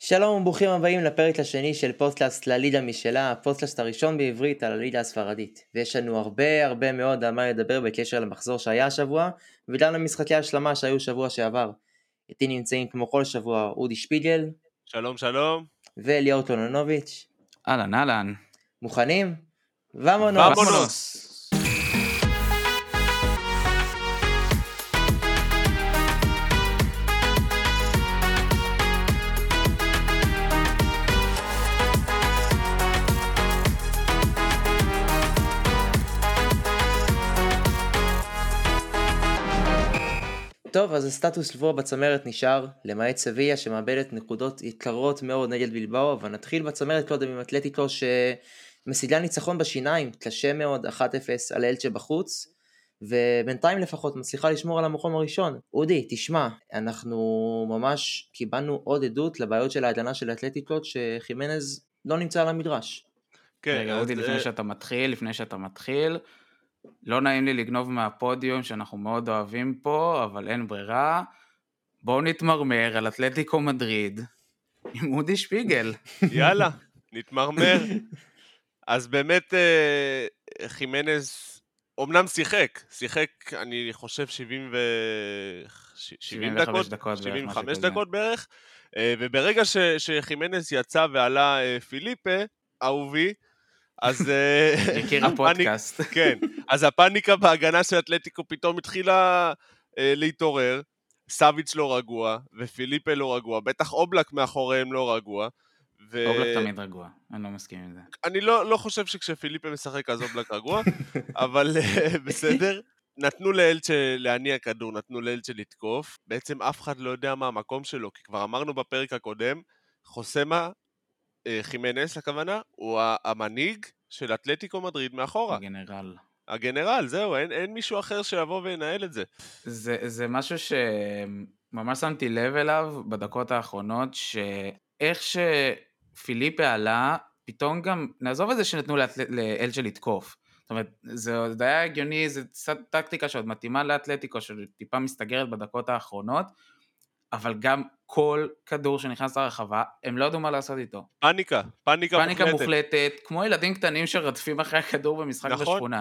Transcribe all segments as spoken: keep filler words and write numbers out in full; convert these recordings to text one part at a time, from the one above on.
שלום וברוכים הבאים לפרק השני של פודקאסט לליגה משלה, הפודקאסט הראשון בעברית על הליגה הספרדית. ויש לנו הרבה הרבה מאוד על מה לדבר בקשר למחזור שהיה השבוע, וגם למשחקי השלמה שהיו שבוע שעבר. איתי נמצאים כמו כל שבוע אודי שפיגל. שלום שלום. ואליהו טולנוביץ'. אהלן אהלן. מוכנים? ואמונוס. ואמונוס. טוב, אז הסטטוס קוו בצמרת נשאר, למעט סביליה שמאבדת נקודות יקרות מאוד נגד בלבאו, אבל נתחיל בצמרת קודם עם אתלטיקו שמשיגה ניצחון בשיניים, קשה מאוד, אחת אפס על אלצ'ה בחוץ, ובינתיים לפחות מצליחה לשמור על המקום הראשון. אודי, תשמע, אנחנו ממש קיבלנו עוד עדות לבעיות של ההגנה של אתלטיקו, שחימנז לא נמצא על המדרש. כן, רגע, אודי, לפני שאתה מתחיל, לפני שאתה מתחיל, לא נעים לי לגנוב מהפודיום שאנחנו מאוד אוהבים פה, אבל אין ברירה. בואו נתמרמר על אתלטיקו מדריד עם אודי שפיגל. יאללה, נתמרמר. אז באמת חימנז אומנם שיחק, שיחק אני חושב שבעים דקות, שבעים וחמש דקות בערך, וברגע שחימנז יצא ועלה פיליפה, אהובי, אז הכיר הפודקאסט. כן, אז הפאניקה בהגנה של אתלטיקו פתאום התחילה להתעורר, סאביץ' לא רגוע, ופיליפה לא רגוע, בטח אובלק מאחוריהם לא רגוע. אובלק תמיד רגוע, אני לא מסכים עם זה. אני לא חושב שכשפיליפה משחק אז אובלק רגוע, אבל בסדר. נתנו לאלצ'ה להניע כדור, נתנו לאלצ'ה לתקוף, בעצם אף אחד לא יודע מה המקום שלו, כי כבר אמרנו בפרק הקודם, חוסמה, חימנס הכוונה, הוא המנהיג של אתלטיקו מדריד מאחורה. הגנרל. הגנרל, זהו, אין, אין מישהו אחר שיבוא וינהל את זה. זה, זה משהו שממש שמתי לב אליו בדקות האחרונות, שאיך שפיליפה עלה, פתאום גם, נעזוב את זה שנתנו לאלצ'ה לתקוף. זאת אומרת, זה עוד היה הגיוני, זה טקטיקה שעוד מתאימה לאתלטיקו, שטיפה מסתגרת בדקות האחרונות, אבל גם כל כדור שנכנס לרחבה, הם לא ידעו מה לעשות איתו. פאניקה, פאניקה, פאניקה מוחלטת. מוחלטת, כמו ילדים קטנים שרדפים אחרי הכדור במשחק נכון. בשכונה.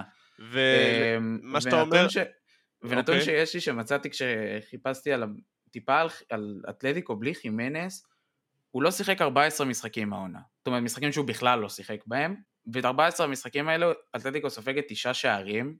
ומה שאתה אומר... ש... ונתון okay. שיש לי שמצאתי כשחיפשתי על... טיפה על... על אתלטיקו בלי חימנס, הוא לא שיחק ארבעה עשר משחקים מהעונה. זאת אומרת, משחקים שהוא בכלל לא שיחק בהם, ואת-ארבעה עשר המשחקים האלו, אתלטיקו סופגת תשעה שערים,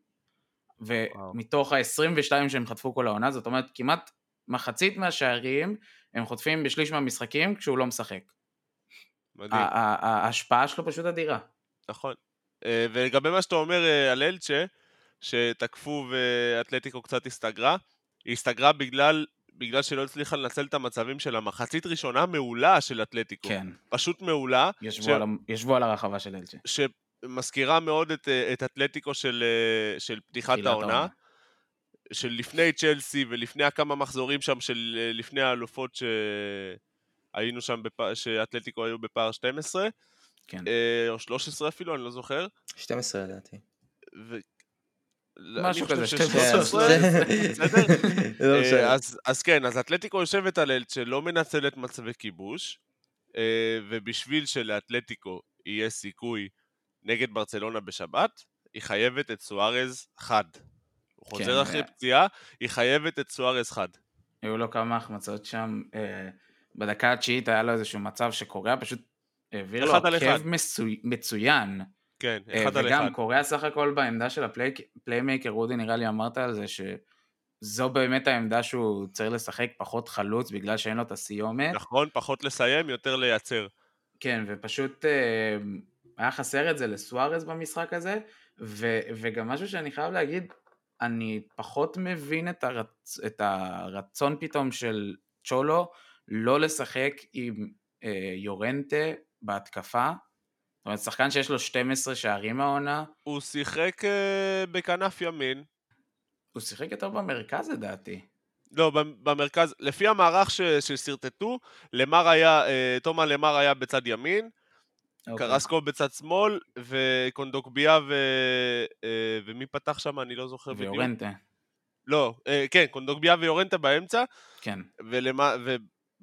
ומתוך ה-עשרים ושתיים שהם חטפו כל העונה, זאת אומרת, כמעט מחצית מהשערים הם חוטפים בשליש מהמשחקים כשהוא לא משחק. מדהים. ההשפעה שלו פשוט אדירה. נכון. ולגבי מה שאתה אומר על אלצ'ה, שתקפו ואתלטיקו קצת הסתגרה, היא הסתגרה בגלל, בגלל שלא הצליחה לנצל את המצבים של המחצית ראשונה מעולה של אתלטיקו. כן. פשוט מעולה. ישבו, ש... על, ישבו על הרחבה של אלצ'ה. שמזכירה מאוד את, את אתלטיקו של, של פתיחת העונה. העונה. של לפני צ'לסי ולפני כמה מחזורים שם של לפני האלופות שהיינו שם, בפ... שאתלטיקו היו בפער שתים עשרה, כן. או שלוש עשרה אפילו, אני לא זוכר. שתים עשרה לדעתי. ו... משהו כזה, שתים עשרה. בסדר? אז, אז כן, אז אתלטיקו יושבת על אלצ'ה, לא מנצלת מצבי כיבוש, ובשביל שלאתלטיקו יהיה סיכוי נגד ברצלונה בשבת, היא חייבת את סוארז חד. הוא חוזר אחרי פציעה, היא חייבת את סוארז חד. היו לו כמה החמצות שם, בדקה התשיעית היה לו איזשהו מצב שקוריאה פשוט העביר לו עקב מצוין. כן, אחד על אחד. וגם קוריאה סך הכל בעמדה של הפליימייקר, רודי נראה לי אמרת על זה, שזו באמת העמדה שהוא צריך לשחק פחות חלוץ, בגלל שאין לו את הסיומת. נכון, פחות לסיים, יותר לייצר. כן, ופשוט היה חסר את זה לסוארז במשחק הזה, וגם משהו שאני חייב להגיד, אני פחות מבין את, הרצ... את הרצון פתאום של צ'ולו לא לשחק עם אה, יורנטה בהתקפה. זאת אומרת, שחקן שיש לו שתים עשרה שערים מהעונה. הוא שיחק אה, בכנף ימין. הוא שיחק יותר במרכז לדעתי. לא, במרכז, לפי המערך ש... שסרטטו, למר היה, אה, תומה למר היה בצד ימין, Okay. קרסקו בצד שמאל, וקונדוקביה ו... ומי פתח שם, אני לא זוכר בדיוק. ויורנטה. לא, כן, קונדוקביה ויורנטה באמצע. כן. ולמה...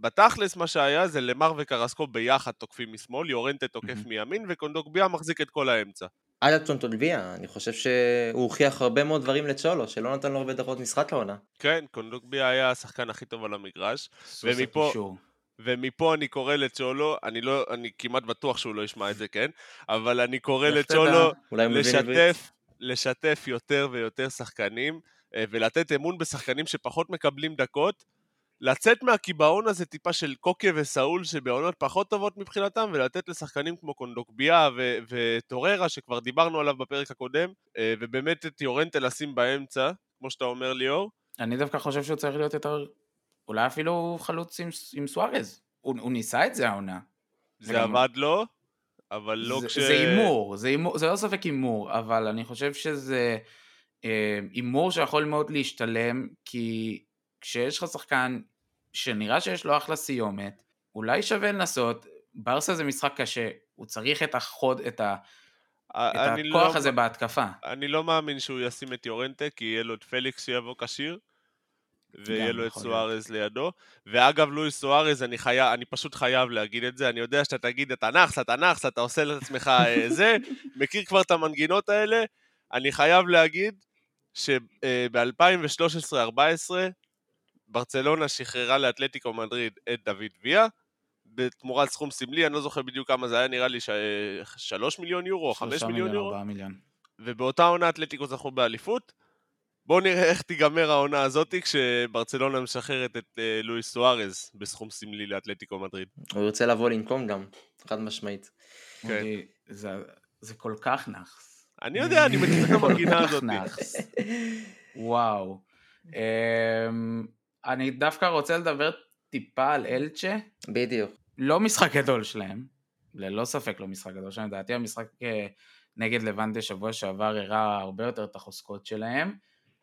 בתכלס מה שהיה זה למר וקרסקו ביחד תוקפים משמאל, יורנטה תוקף מימין, וקונדוקביה מחזיק את כל האמצע. עד קונדוקביה, אני חושב שהוא הוכיח הרבה מאוד דברים לצ'ולו, שלא נתן לו הרבה דקות משחק לעונה. כן, קונדוקביה היה השחקן הכי טוב על המגרש, סוס ומפה, הקישור. ומפה אני קורא לצ'ולו, אני לא, אני כמעט בטוח שהוא לא ישמע את זה, כן? אבל אני קורא לך לצ'ולו תדע. אולי הוא מבין עברית. לשתף, לשתף יותר ויותר שחקנים, אה, ולתת אמון בשחקנים שפחות מקבלים דקות, לצאת מהקיבעון הזה טיפה של קוקה וסאול שבעונות פחות טובות מבחינתם, ולתת לשחקנים כמו קונדוקביה ו- וטוררה שכבר דיברנו עליו בפרק הקודם, אה, ובאמת את יורנטה לשים באמצע, כמו שאתה אומר ליאור. אני דווקא חושב שהוא צריך להיות יותר, אולי אפילו חלוץ עם, עם סוארז. הוא, הוא ניסה את זה העונה. זה וגם- עבד לו, אבל לא זה, כש... זה אימור, זה אימור, זה לא ספק אימור, אבל אני חושב שזה אה, אימור שיכול מאוד להשתלם, כי כשיש לך שחקן שנראה שיש לו אחלה סיומת, אולי שווה לנסות, ברסה זה משחק קשה, הוא צריך את החוד, את, ה, את אני הכוח לא- הזה בהתקפה. אני לא מאמין שהוא ישים את יורנטה, כי יהיה לו את פליקס שיבוא כשיר, ויהיה גם לו את יכול סוארז לידו. ואגב, לואיס סוארז, אני, חי... אני פשוט חייב להגיד את זה, אני יודע שאתה תגיד את הנאחס, אתה נאחס, אתה עושה לעצמך אה, זה, מכיר כבר את המנגינות האלה, אני חייב להגיד שב-אלפיים ושלוש עשרה ארבע עשרה, ברצלונה שחררה לאתלטיקו מדריד את דוד ויה, בתמורת סכום סמלי, אני לא זוכר בדיוק כמה זה היה, נראה לי ש... שלוש מיליון יורו, חמש שלושה מיליון יורו, ארבעה מיליון. ובאותה עונה אתלטיקו זכו באליפות. בואו נראה איך תיגמר העונה הזאת כשברצלונה משחררת את uh, לואיס סוארז בסכום סמלי לאתלטיקו מדריד. הוא ירצה לבוא לנקום גם, חד משמעית. כן. מודי, זה, זה כל כך נחס. אני יודע, אני מכיר את המנגינה כל כך הזאת. נחס. וואו. אמ, אני דווקא רוצה לדבר טיפה על אלצ'ה. בדיוק. לא משחק גדול שלהם, ללא ספק לא משחק גדול שלהם, לדעתי המשחק אה, נגד לבנטה שבוע שעבר הראה הרבה יותר את החוזקות שלהם,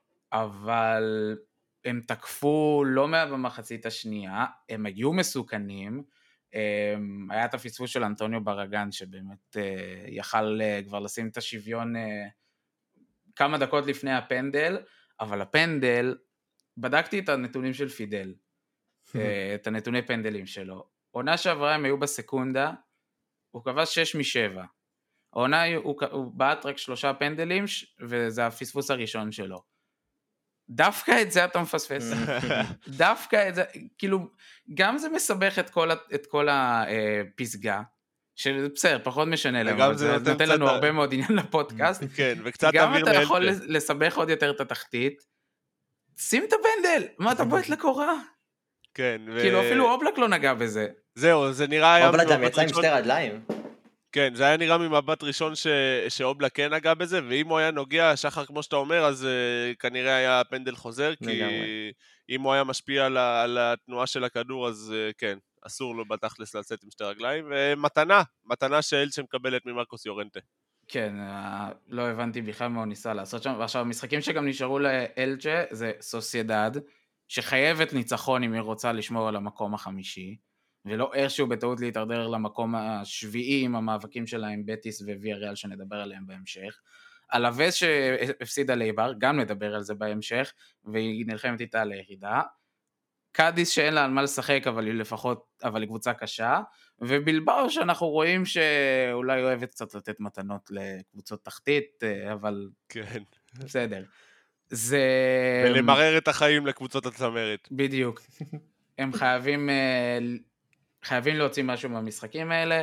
אבל הם תקפו לא מעט במחצית השנייה, הם היו מסוכנים, הם, היה את הפספוס של אנטוניו ברגן שבאמת אה, יכל אה, כבר לשים את השוויון אה, כמה דקות לפני הפנדל, אבל הפנדל, בדקתי את הנתונים של פידל, אה, את הנתוני פנדלים שלו, עונה שעברה הם היו בסקונדה, הוא כבש שש משבע, העונה הוא, הוא בעט רק שלושה פנדלים, וזה הפספוס הראשון שלו. דווקא את זה אתה מפספס. דווקא את זה, כאילו, גם זה מסבך את כל, את כל הפסגה, שבסדר, פחות משנה להם, אבל זה נותן לנו הרבה מאוד עניין לפודקאסט. כן, וקצת גם אוויר אתה לאלצ'ה. יכול לסבך עוד יותר את התחתית, שים את הפנדל, מה אתה בועט לקורה? כן, ו... כאילו, אפילו אובלק לא נגע בזה. זהו, זה נראה היה... אובלק גם יצא עם שתי רגליים. כן, זה היה נראה ממבט ראשון ש... שאובלק כן נגע בזה, ואם הוא היה נוגע, שחר כמו שאתה אומר, אז uh, כנראה היה פנדל חוזר, כי לגמרי. אם הוא היה משפיע על, ה... על התנועה של הכדור, אז uh, כן, אסור לו בתכלס לצאת עם שתי רגליים, ומתנה, מתנה שאלצ'ה מקבלת ממרקוס יורנטה. כן, לא הבנתי בכלל מה הוא ניסה לעשות שם, ועכשיו המשחקים שגם נשארו לאלצ'ה זה סוסיידד, שחייבת ניצחון אם היא רוצה לשמור על המקום החמישי, ולא איכשהו בטעות להתדרדר למקום השביעי עם המאבקים שלה עם בטיס וויה ריאל שנדבר עליהם בהמשך, אלווס שהפסידה לאיבר, גם נדבר על זה בהמשך, והיא נלחמת איתה לירידה, קאדיס שאין לה על מה לשחק, אבל היא לפחות, אבל היא קבוצה קשה, ובלבאו שאנחנו רואים שאולי אוהבת קצת לתת מתנות לקבוצות תחתית, אבל כן. בסדר. זה... ולמרר את החיים לקבוצות הצמרת. בדיוק. הם חייבים, חייבים להוציא משהו מהמשחקים האלה.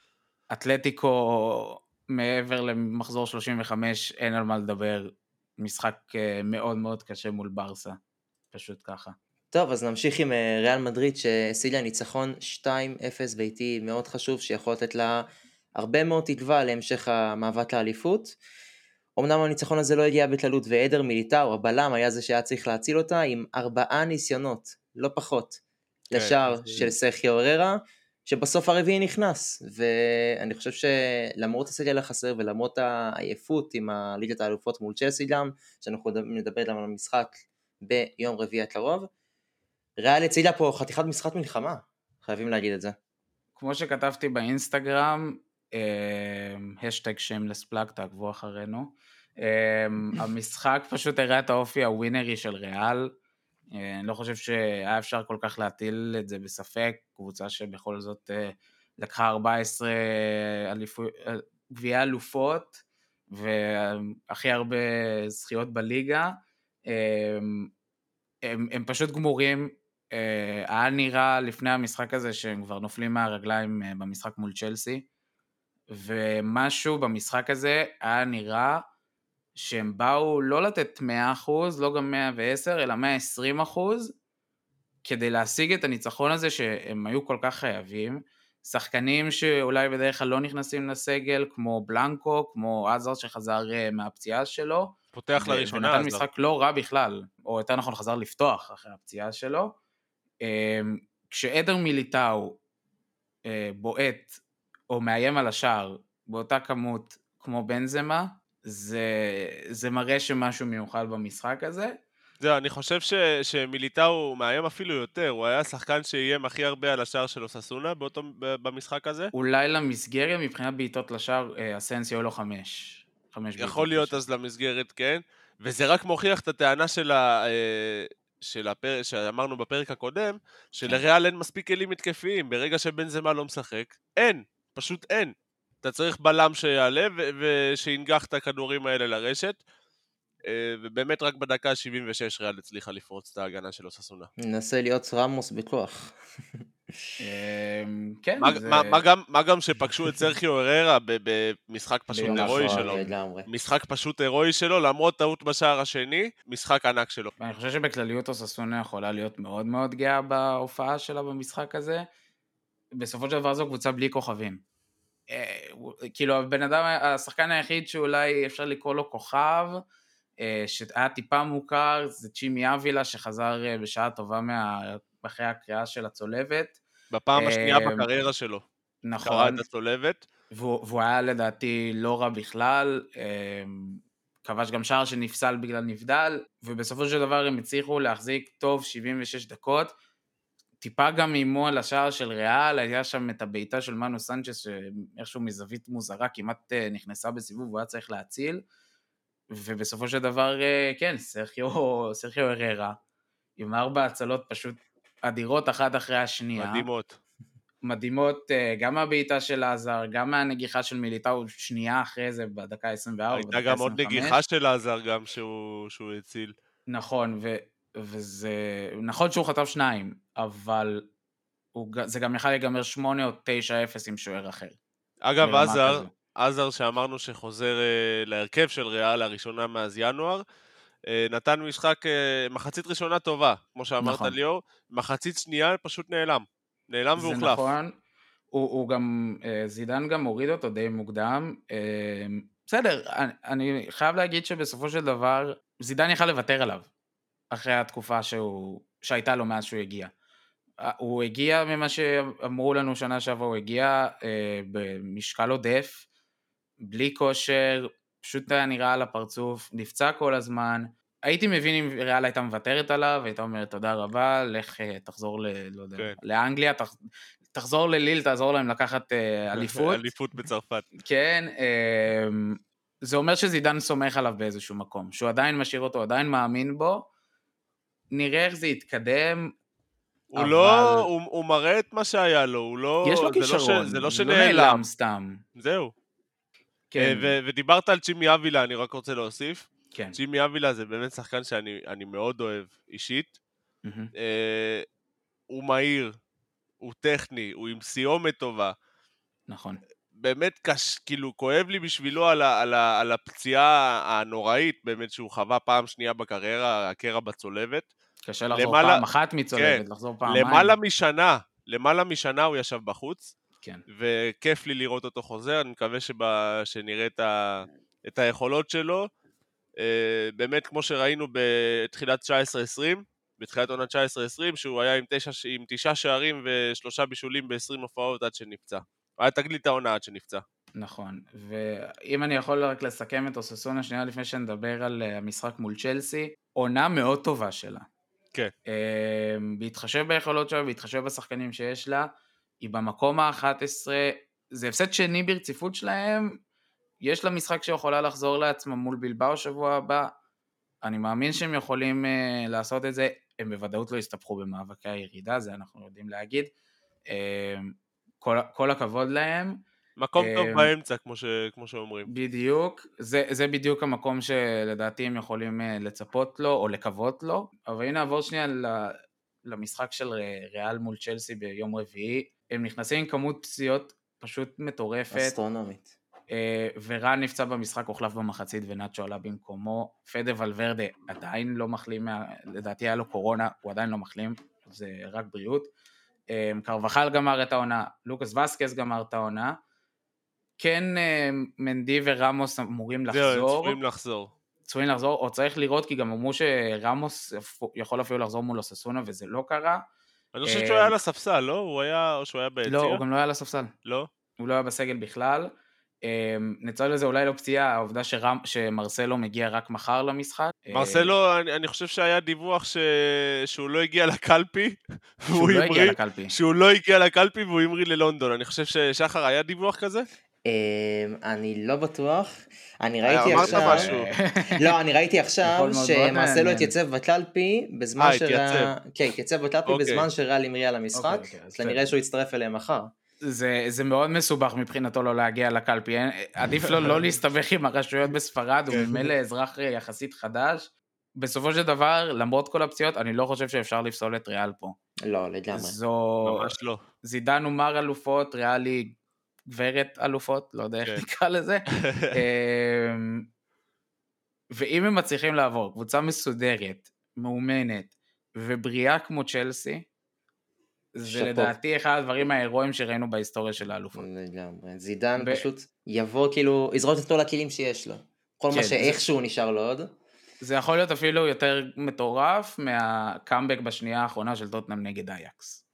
אתלטיקו מעבר למחזור שלושים וחמש, אין על מה לדבר. משחק מאוד מאוד קשה מול ברסה. פשוט ככה. טוב, אז נמשיך עם ריאל מדריד שהשיגה ניצחון שתיים אפס ביתי מאוד חשוב, שיכול לתת לה הרבה מאוד תקווה להמשך המאבק לאליפות. אמנם הניצחון הזה לא הגיע בתללות, ועדר מיליטאו, הבלם, היה זה שהיה צריך להציל אותה עם ארבעה ניסיונות, לא פחות, כן, לשער זה... של סרחיו אוררה, שבסוף הרביעי נכנס, ואני חושב שלמרות הסגל החסר ולמרות העייפות עם הליגת האלופות מול צ'לסי גם, שאנחנו נדבר גם על המשחק ביום רביעי הקרוב, ריאל הצילה פה חתיכת משחק מלחמה, חייבים להגיד את זה. כמו שכתבתי באינסטגרם, השטג שיימלס פלאג, תעקבו אחרינו, המשחק פשוט הראה את האופי הווינרי של ריאל, אני לא חושב שהיה אפשר כל כך להטיל את זה בספק, קבוצה שבכל זאת לקחה ארבע עשרה גביעי אלופות, והכי הרבה זכיות בליגה, הם, הם, הם פשוט גמורים, היה נראה לפני המשחק הזה שהם כבר נופלים מהרגליים במשחק מול צ'לסי, ומשהו במשחק הזה היה נראה שהם באו לא לתת מאה אחוז, לא גם מאה ועשר, אלא מאה ועשרים אחוז, כדי להשיג את הניצחון הזה שהם היו כל כך חייבים, שחקנים שאולי בדרך כלל לא נכנסים לסגל, כמו בלנקו, כמו עזר שחזר מהפציעה שלו, פותח לראשונה, ונתן משחק לא רע בכלל, או יותר נכון חזר לפתוח אחרי הפציעה שלו, כשעדר מיליטאו בועט, או מאיים על השער, באותה כמות כמו בנזמה, זה, זה מראה שמשהו מיוחד במשחק הזה. זה, אני חושב ש, שמיליטאו הוא מאיים אפילו יותר, הוא היה שחקן שאיים הכי הרבה על השער של אוססונה באותו, במשחק הזה. אולי למסגרת, מבחינת בעיטות לשער, אסנסיו לא חמש. חמש יכול להיות לשער. אז למסגרת, כן. וזה רק מוכיח את הטענה של ה... של הפר... שאמרנו בפרק הקודם, שלריאל אין מספיק כלים מתקפיים, ברגע שבנזמה לא משחק, אין, פשוט אין. אתה צריך בלם שיעלה ו... ושינגח את הכדורים האלה לרשת, ובאמת רק בדקה שבעים ושש ריאל הצליחה לפרוץ את ההגנה של אוססונה. ננסה להיות רמוס בכוח. כן. מה גם שפגשו את סרחיו הררה במשחק פשוט הירואי שלו. משחק פשוט הירואי שלו, למרות טעות בשער השני, משחק ענק שלו. אני חושב שבכלליות אוססונה יכולה להיות מאוד מאוד גאה בהופעה שלה במשחק הזה. בסופו של דבר זו קבוצה בלי כוכבים. כאילו הבן אדם, השחקן היחיד שאולי אפשר לקרוא לו כוכב, שהיה טיפה מוכר, זה צ'ימי אבילה שחזר בשעה טובה אחרי הקריאה של הצולבת. בפעם השנייה בקריירה שלו. נכון. קרא את הצולבת. והוא היה לדעתי לא רע בכלל, כבש גם שער שנפסל בגלל נבדל, ובסופו של דבר הם הצליחו להחזיק טוב שבעים ושש דקות, טיפה גם אימו על השער של ריאל, היה שם את הביתה של מנו סנצ'ס, שאיכשהו מזווית מוזרה, כמעט נכנסה בסיבוב, והוא היה צריך להציל, ובסופו של דבר, כן, סרחיו, סרחיו הררה, עם ארבע הצלות פשוט אדירות אחת אחרי השנייה. מדהימות. מדהימות, גם הביתה של עזר, גם מהנגיחה של מיליטאו שנייה אחרי זה, בדקה עשרים וארבע, הייתה גם עוד נגיחה של עזר גם שהוא, שהוא הציל. נכון, ו, וזה, נכון שהוא חטף שניים, אבל הוא, זה גם יכל להיגמר שמונה או תשע אפס עם שוער אחר. אגב, עזר, עזר שאמרנו שחוזר uh, להרכב של ריאל הראשונה מאז ינואר, uh, נתן משחק uh, מחצית ראשונה טובה, כמו שאמרת נכון. ליאור, מחצית שנייה פשוט נעלם, נעלם והוחלף. זה נכון, הוא, הוא גם, uh, זידן גם הוריד אותו די מוקדם, uh, בסדר, אני, אני חייב להגיד שבסופו של דבר, זידן יכל לוותר עליו, אחרי התקופה שהוא, שהייתה לו מאז שהוא הגיע. הוא הגיע ממה שאמרו לנו שנה שעברה, הוא הגיע אה, במשקל עודף, בלי כושר, פשוט היה נראה על הפרצוף, נפצע כל הזמן. הייתי מבין אם ריאל הייתה מוותרת עליו, והייתה אומרת תודה רבה, לך תחזור ל, לא יודע, כן. לאנגליה, תח, תחזור לליל, תעזור להם לקחת אה, אליפות. אליפות בצרפת. כן, אה, זה אומר שזידן סומך עליו באיזשהו מקום, שהוא עדיין משאיר אותו, עדיין מאמין בו, נראה איך זה יתקדם, הוא אבל... לא, הוא, הוא מראה את מה שהיה לו, הוא לא... יש לו כישרון, זה לא זה לא נעלם סתם. זהו. כן. ו- ודיברת על צ'ימי אבילה, אני רק רוצה להוסיף. כן. צ'ימי אבילה זה באמת שחקן שאני אני מאוד אוהב אישית. Mm-hmm. אה, הוא מהיר, הוא טכני, הוא עם סיומת טובה. נכון. באמת קש, כאילו, כואב לי בשבילו על, ה- על, ה- על הפציעה הנוראית, באמת שהוא חווה פעם שנייה בקריירה, הקרע בצולבת. קשה לחזור למעלה, פעם אחת מצולבת, כן, לחזור פעמיים. למעלה משנה, למעלה משנה הוא ישב בחוץ, כן. וכיף לי לראות אותו חוזר, אני מקווה שבא, שנראה את, ה, את היכולות שלו, באמת כמו שראינו בתחילת תשע עשרה עשרים, בתחילת עונה תשע עשרה עשרים, שהוא היה עם, תשע, עם תשעה שערים ושלושה בישולים ב-עשרים הופעות עד שנפצע. הוא היה תגלית העונה עד שנפצע. נכון, ואם אני יכול רק לסכם את אוססונה שנייה לפני שנדבר על המשחק מול צ'לסי, עונה מאוד טובה שלה. כן. בהתחשב ביכולות שלה, בהתחשב בשחקנים שיש לה, היא במקום ה-אחת עשרה, זה הפסד שני ברציפות שלהם, יש לה משחק שיכולה לחזור לעצמה מול בלבאו שבוע הבא, אני מאמין שהם יכולים לעשות את זה, הם בוודאות לא הסתבכו במאבקי הירידה, זה אנחנו יודעים להגיד. כל, כל הכבוד להם. מקום טוב באמצע, כמו, ש, כמו שאומרים. בדיוק, זה, זה בדיוק המקום שלדעתי הם יכולים לצפות לו, או לקוות לו. אבל הנה נעבור שנייה למשחק של ריאל מול צ'לסי ביום רביעי. הם נכנסים עם כמות פציעות פשוט מטורפת. אסטרונומית. ורן נפצע במשחק, הוחלף במחצית ונאצ'ו עלה במקומו. פדה ולוורדה עדיין לא מחלים, לדעתי היה לו קורונה, הוא עדיין לא מחלים, זה רק בריאות. קרבחל גמר את העונה, לוקאס וסקס גמר את העונה. כן, מנדי ורמוס אמורים לחזור. זהו, צפויים לחזור. צפויים לחזור, או צריך לראות, כי גם אמרו שרמוס יכול אפילו לחזור מול אוססונה, וזה לא קרה. אני חושב שהוא היה על הספסל, לא? הוא היה, או שהוא היה ביציע? לא, הוא גם לא היה על הספסל. לא? הוא לא היה בסגל בכלל. נצא לזה אולי לא פציעה, העובדה שרם, שמרסלו מגיע רק מחר למשחק. מרסלו, אני, אני חושב שהיה דיווח ש... שהוא לא הגיע לקלפי. שהוא לא הגיע לקלפי. שהוא לא הגיע לקלפי והוא המריא ללונדון. אני חושב ששחר היה דיווח כזה? אני לא בטוח. אני ראיתי אמרת עכשיו... משהו. לא, אני ראיתי עכשיו שמרסלו התייצב בקלפי בזמן אה, התייצב. כן, התייצב בקלפי בזמן שריאל המריאה למשחק. אז כנראה שהוא יצטרף אליהם מחר. זה, זה מאוד מסובך מבחינתו לא להגיע לקלפי, עדיף לו לא להסתבך עם הרשויות בספרד, הוא ממילא אזרח יחסית חדש. בסופו של דבר, למרות כל הפציעות, אני לא חושב שאפשר לפסול את ריאל פה. לא, לגמרי. זו... ממש לא. זידן ומר אלופות, ריאלי גברת אלופות, לא יודע איך נקרא לזה. ואם הם מצליחים לעבור, קבוצה מסודרת, מאומנת, ובריאה כמו צ'לסי, זה לדעתי אחד הדברים ההירואיים שראינו בהיסטוריה של האלופות. לגמרי. זידן פשוט יבוא כאילו, יזרוק את כל הכלים שיש לו. כל מה שאיכשהו נשאר לו עוד. זה יכול להיות אפילו יותר מטורף מהקאמבק בשנייה האחרונה של טוטנהאם נגד אייקס.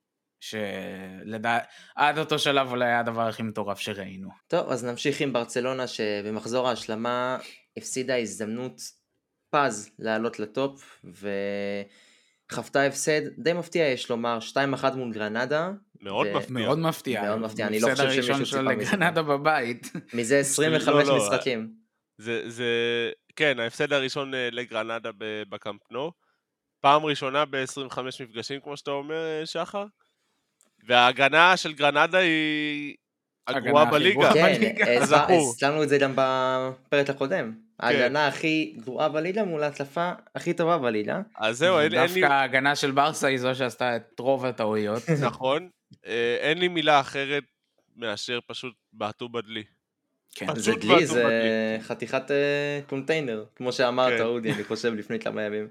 שעד אותו שלב אולי היה הדבר הכי מטורף שראינו. טוב, אז נמשיך עם ברצלונה שבמחזור ההשלמה הפסידה הזדמנות פז לעלות לטופ ו... חפתה הפסד, די מפתיע יש לומר, שתיים אחת מול גרנדה. מאוד מפתיע. מאוד מפתיע. מאוד מפתיע, אני לא חושב שמישהו ציפה מזה. גרנדה בבית. מזה עשרים וחמש משחקים. זה, כן, ההפסד הראשון לגרנדה בקאמפ נו. פעם ראשונה ב-עשרים וחמישה מפגשים, כמו שאתה אומר, שחר. וההגנה של גרנדה היא הגרועה בליגה. כן, הסלמנו את זה גם בפרק הקודם. ההגנה הכי גרועה בליגה מול ההצלפה הכי טובה בליגה. אז זהו, אין לי... דווקא ההגנה של ברסה היא זו שעשתה את רוב הטעויות. נכון. אין לי מילה אחרת מאשר פשוט בעטו בדלי. זה דלי, זה חתיכת קונטיינר, כמו שאמרת אודי, אני חושב לפני כמה ימים.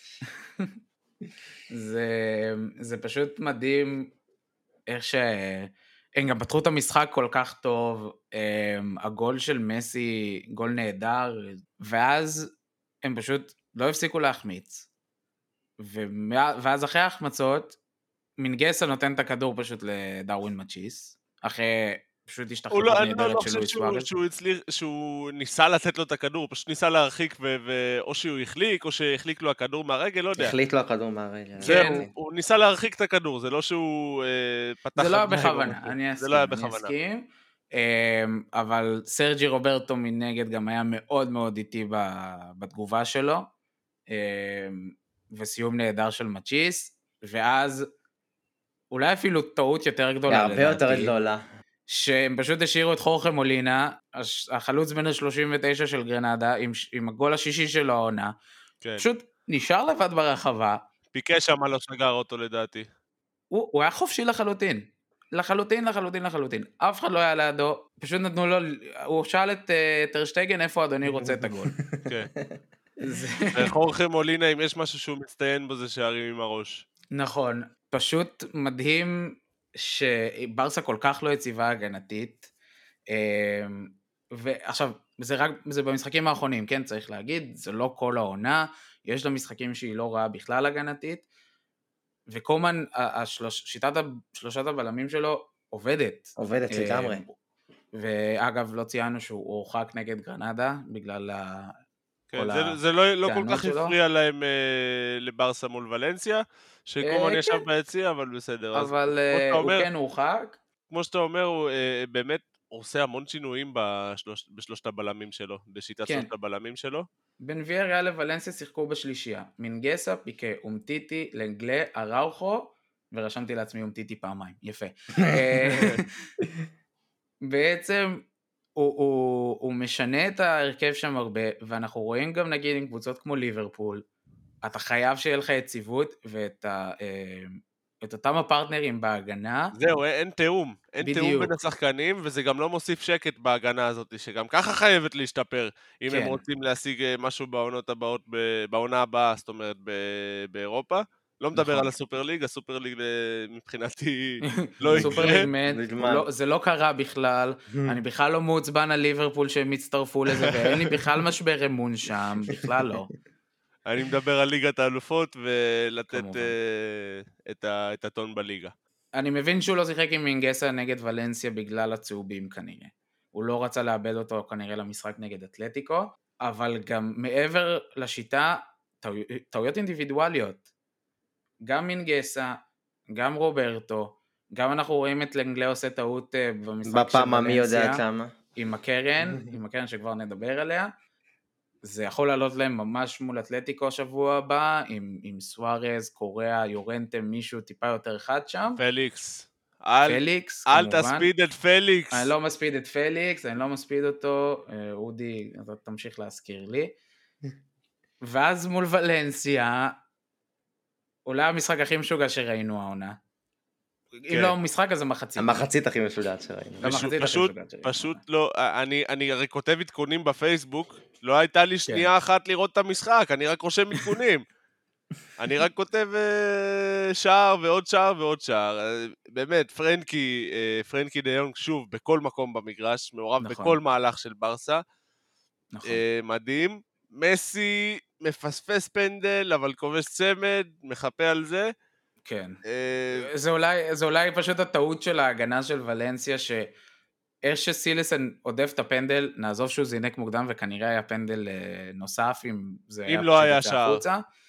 זה פשוט מדהים איך ש... הם גם פתחו את המשחק כל כך טוב, הגול של מסי, גול נהדר, ואז הם פשוט לא הפסיקו להחמיץ, ואז אחרי ההחמצות, מנגסה נותן את הכדור פשוט לדרווין מצ'יס, אחרי פשוט השתחררות נהדרת של לואיס סוארז. שהוא ניסה לתת לו את הכדור, הוא פשוט ניסה להרחיק, או שהוא החליק, או שהחליק לו הכדור מהרגל, לא יודע. החליק לו הכדור מהרגל. זהו, הוא ניסה להרחיק את הכדור, זה לא שהוא פתח... זה לא היה בכוונה, אני אסכים. זה לא היה בכוונה. אבל סרג'י רוברטו מנגד גם היה מאוד מאוד איטי בתגובה שלו, וסיום נהדר של מצ'יס, ואז אולי אפילו טעות יותר גדולה. הרבה יותר גדולה. שהם פשוט השאירו את חורכה מולינה, החלוץ בין ה-שלושים ותשע של גרנדה, עם, עם הגול השישי של העונה, כן. פשוט נשאר לבד ברחבה. פיקה שם לא סגר אותו לדעתי. הוא, הוא היה חופשי לחלוטין, לחלוטין, לחלוטין, לחלוטין. אף אחד לא היה לידו, פשוט נתנו לו, הוא שאל את uh, טרשטגן איפה אדוני רוצה את הגול. כן. חורכה מולינה, אם יש משהו שהוא מצטיין בו, זה שערים עם הראש. נכון, פשוט מדהים, שברסה כל כך לא יציבה הגנתית, ועכשיו, זה רק, זה במשחקים האחרונים, כן, צריך להגיד, זה לא כל העונה, יש לה משחקים שהיא לא רעה בכלל הגנתית, וקומן, השלוש, שיטת שלושת הבלמים שלו עובדת. עובדת לגמרי. ואגב, לא ציינו שהוא הורחק נגד גרנדה, בגלל כן, זה, זה לא, לא כל כך הפריע להם אה, לברסה מול ולנסיה, שקומן ישב ביציע, אבל בסדר. אבל אז, הוא אומר, כן הורחק. כמו שאתה אומר, הוא אה, באמת הוא עושה המון שינויים בשלוש, בשלושת הבלמים שלו, בשיטת כן. שלושת הבלמים שלו. בין ויאריאל לוולנסיה שיחקו בשלישייה, מינגסה, פיקה, אומטיטי, לנגלה, אראוכו, ורשמתי לעצמי אומטיטי פעמיים, יפה. בעצם הוא, הוא, הוא משנה את ההרכב שם הרבה, ואנחנו רואים גם נגיד עם קבוצות כמו ליברפול, אתה חייב שיהיה לך יציבות, ואת ה, את אותם הפרטנרים בהגנה. זהו, אין תאום, אין בדיוק. תאום בין השחקנים, וזה גם לא מוסיף שקט בהגנה הזאת, שגם ככה חייבת להשתפר, אם כן. הם רוצים להשיג משהו בעונות הבאות, בעונה הבאה, זאת אומרת באירופה. לא מדבר נכון. על הסופר ליג, הסופר ליג מבחינתי לא יקרה. סופר ליג מת, לא, זה לא קרה בכלל, אני בכלל לא מעוצבן על ליברפול שהם הצטרפו לזה, ואין לי בכלל משבר אמון שם, בכלל לא. אני מדבר על ליגת האלופות, ולתת uh, את, ה, את הטון בליגה. אני מבין שהוא לא שיחק עם מינגסה נגד ולנסיה בגלל הצהובים כנראה. הוא לא רצה לאבד אותו כנראה למשחק נגד אתלטיקו, אבל גם מעבר לשיטה, טעו, טעויות אינדיבידואליות. גם מינגסה, גם רוברטו, גם אנחנו רואים את לנגלה עושה טעות במשחק של ולנסיה. בפעם מי יודע כמה. עם הקרן, עם הקרן שכבר נדבר עליה. זה יכול לעלות להם ממש מול אתלטיקו שבוע הבא, עם, עם סוארז, קוריאה, יורנטם, מישהו טיפה יותר חד שם. פליקס. פליקס, אל כמובן. תספיד את פליקס. אני לא מספיד את פליקס, אני לא מספיד אותו, אודי, אתה תמשיך להזכיר לי. ואז מול ולנסיה, אולי המשחק הכי משוגע שראינו העונה. אם לא המשחק, אז המחצית. המחצית הכי משוגעת שראינו. המחצית הכי משוגעת שראינו. פשוט לא, אני הרי כותב עדכונים בפייסבוק, לא הייתה לי שנייה אחת לראות את המשחק, אני רק רושם עדכונים. אני רק כותב שער ועוד שער ועוד שער. באמת, פרנקי, פרנקי דיונג שוב בכל מקום במגרש, מעורב בכל מהלך של ברסה. מדהים. מסי מפספס פנדל, אבל כובש צמד, מחפה על זה. כן. זה אולי, זה אולי פשוט הטעות של ההגנה של ולנסיה, שאיך שסילסן עודף את הפנדל, נעזוב שהוא זינק מוקדם, וכנראה היה פנדל נוסף, אם זה היה לא היה שער.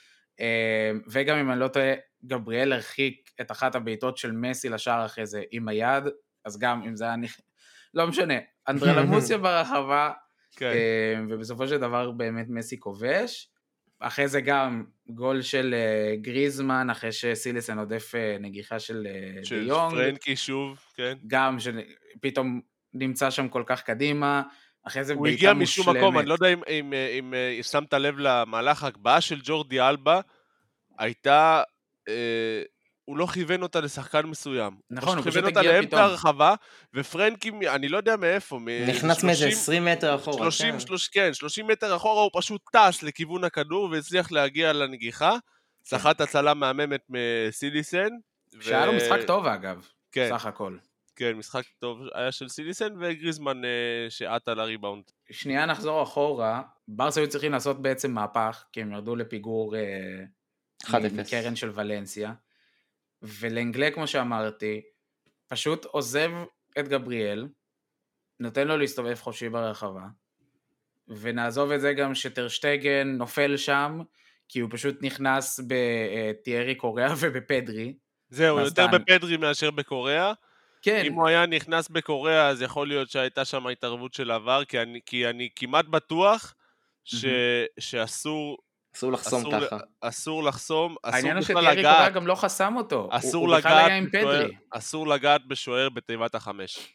וגם אם אני לא טועה, גבריאל הרחיק את אחת הבעיטות של מסי לשער אחרי זה עם היד, אז גם אם זה היה נכ... לא משנה, אנדרלמוסיה ברחבה, ובסופו של דבר באמת מסי כובש, אחרי זה גם גול של גריזמן, אחרי שסילסן עודף נגיחה של דיונג. של פרנקי שוב, כן. גם שפתאום נמצא שם כל כך קדימה, אחרי זה הוא הגיע משום מקום, אני לא יודע אם, אם, אם, אם שמת לב למהלך ההקבעה של ג'ורדי אלבה, הייתה, אה, הוא לא כיוון אותה לשחקן מסוים. נכון, הוא פשוט הגיע פתאום. כיוון אותה לאמצע הרחבה, ופרנקי, אני לא יודע מאיפה, נכנס מאיזה עשרים מטר אחורה. שלושים, שלושים, כן, שלושים מטר אחורה, הוא פשוט טס לכיוון הכדור, והצליח להגיע לנגיחה, סחט הצלה מהממת מסיליסן. שהיה לו משחק טוב אגב, סך הכל. כן, משחק טוב היה של סיליסן, וגריזמן שעט על הריבאונד. שנייה נחזור אחורה, ברסה היו צריכים לעשות בעצם מהפך, כי הם ירדו לפיגור מקרן של ולנסיה, ולנגלה, כמו שאמרתי, פשוט עוזב את גבריאל, נותן לו להסתובב חופשי ברחבה, ונעזוב את זה גם שטרשטגן נופל שם, כי הוא פשוט נכנס בטיירי קוריאה ובפדרי. זהו, יותר בפדרי מאשר בקוריאה. כן. אם הוא היה נכנס בקוריאה, אז יכול להיות שהייתה שם התערבות של עבר, כי אני, כי אני כמעט בטוח ש, שאסור... אסור לחסום אסור, ככה. אסור לחסום, אסור העניין הוא בכלל שטיירי לגעת. קוריאה גם לא חסם אותו. אסור הוא, לגעת הוא בכלל היה עם פדרי. אסור לגעת בשוער בתיבת החמש.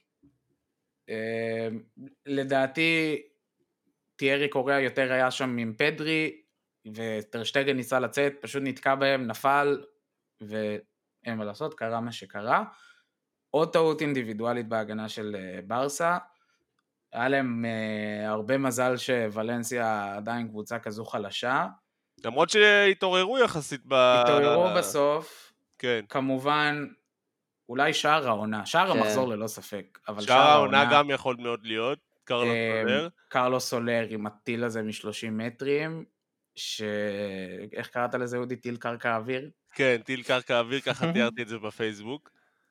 לדעתי, טיירי קוריאה יותר היה שם עם פדרי, וטרשטגן ניסה לצאת, פשוט נתקע בהם, נפל, ואין מה לעשות, קרה מה שקרה. עוד טעות אינדיבידואלית בהגנה של ברסה, היה להם uh, הרבה מזל שוולנסיה עדיין קבוצה כזו חלשה. למרות שהתעוררו יחסית ב... התעוררו בסוף, כן. כמובן, אולי שער העונה, שער כן. המחזור ללא ספק, אבל שער העונה גם יכול מאוד להיות, קרלוס סולר. קרלוס סולר עם הטיל הזה מ-שלושים מטרים, ש... איך קראת לזה אודי? טיל קרקע אוויר? כן, טיל קרקע אוויר, ככה תיארתי את זה בפייסבוק.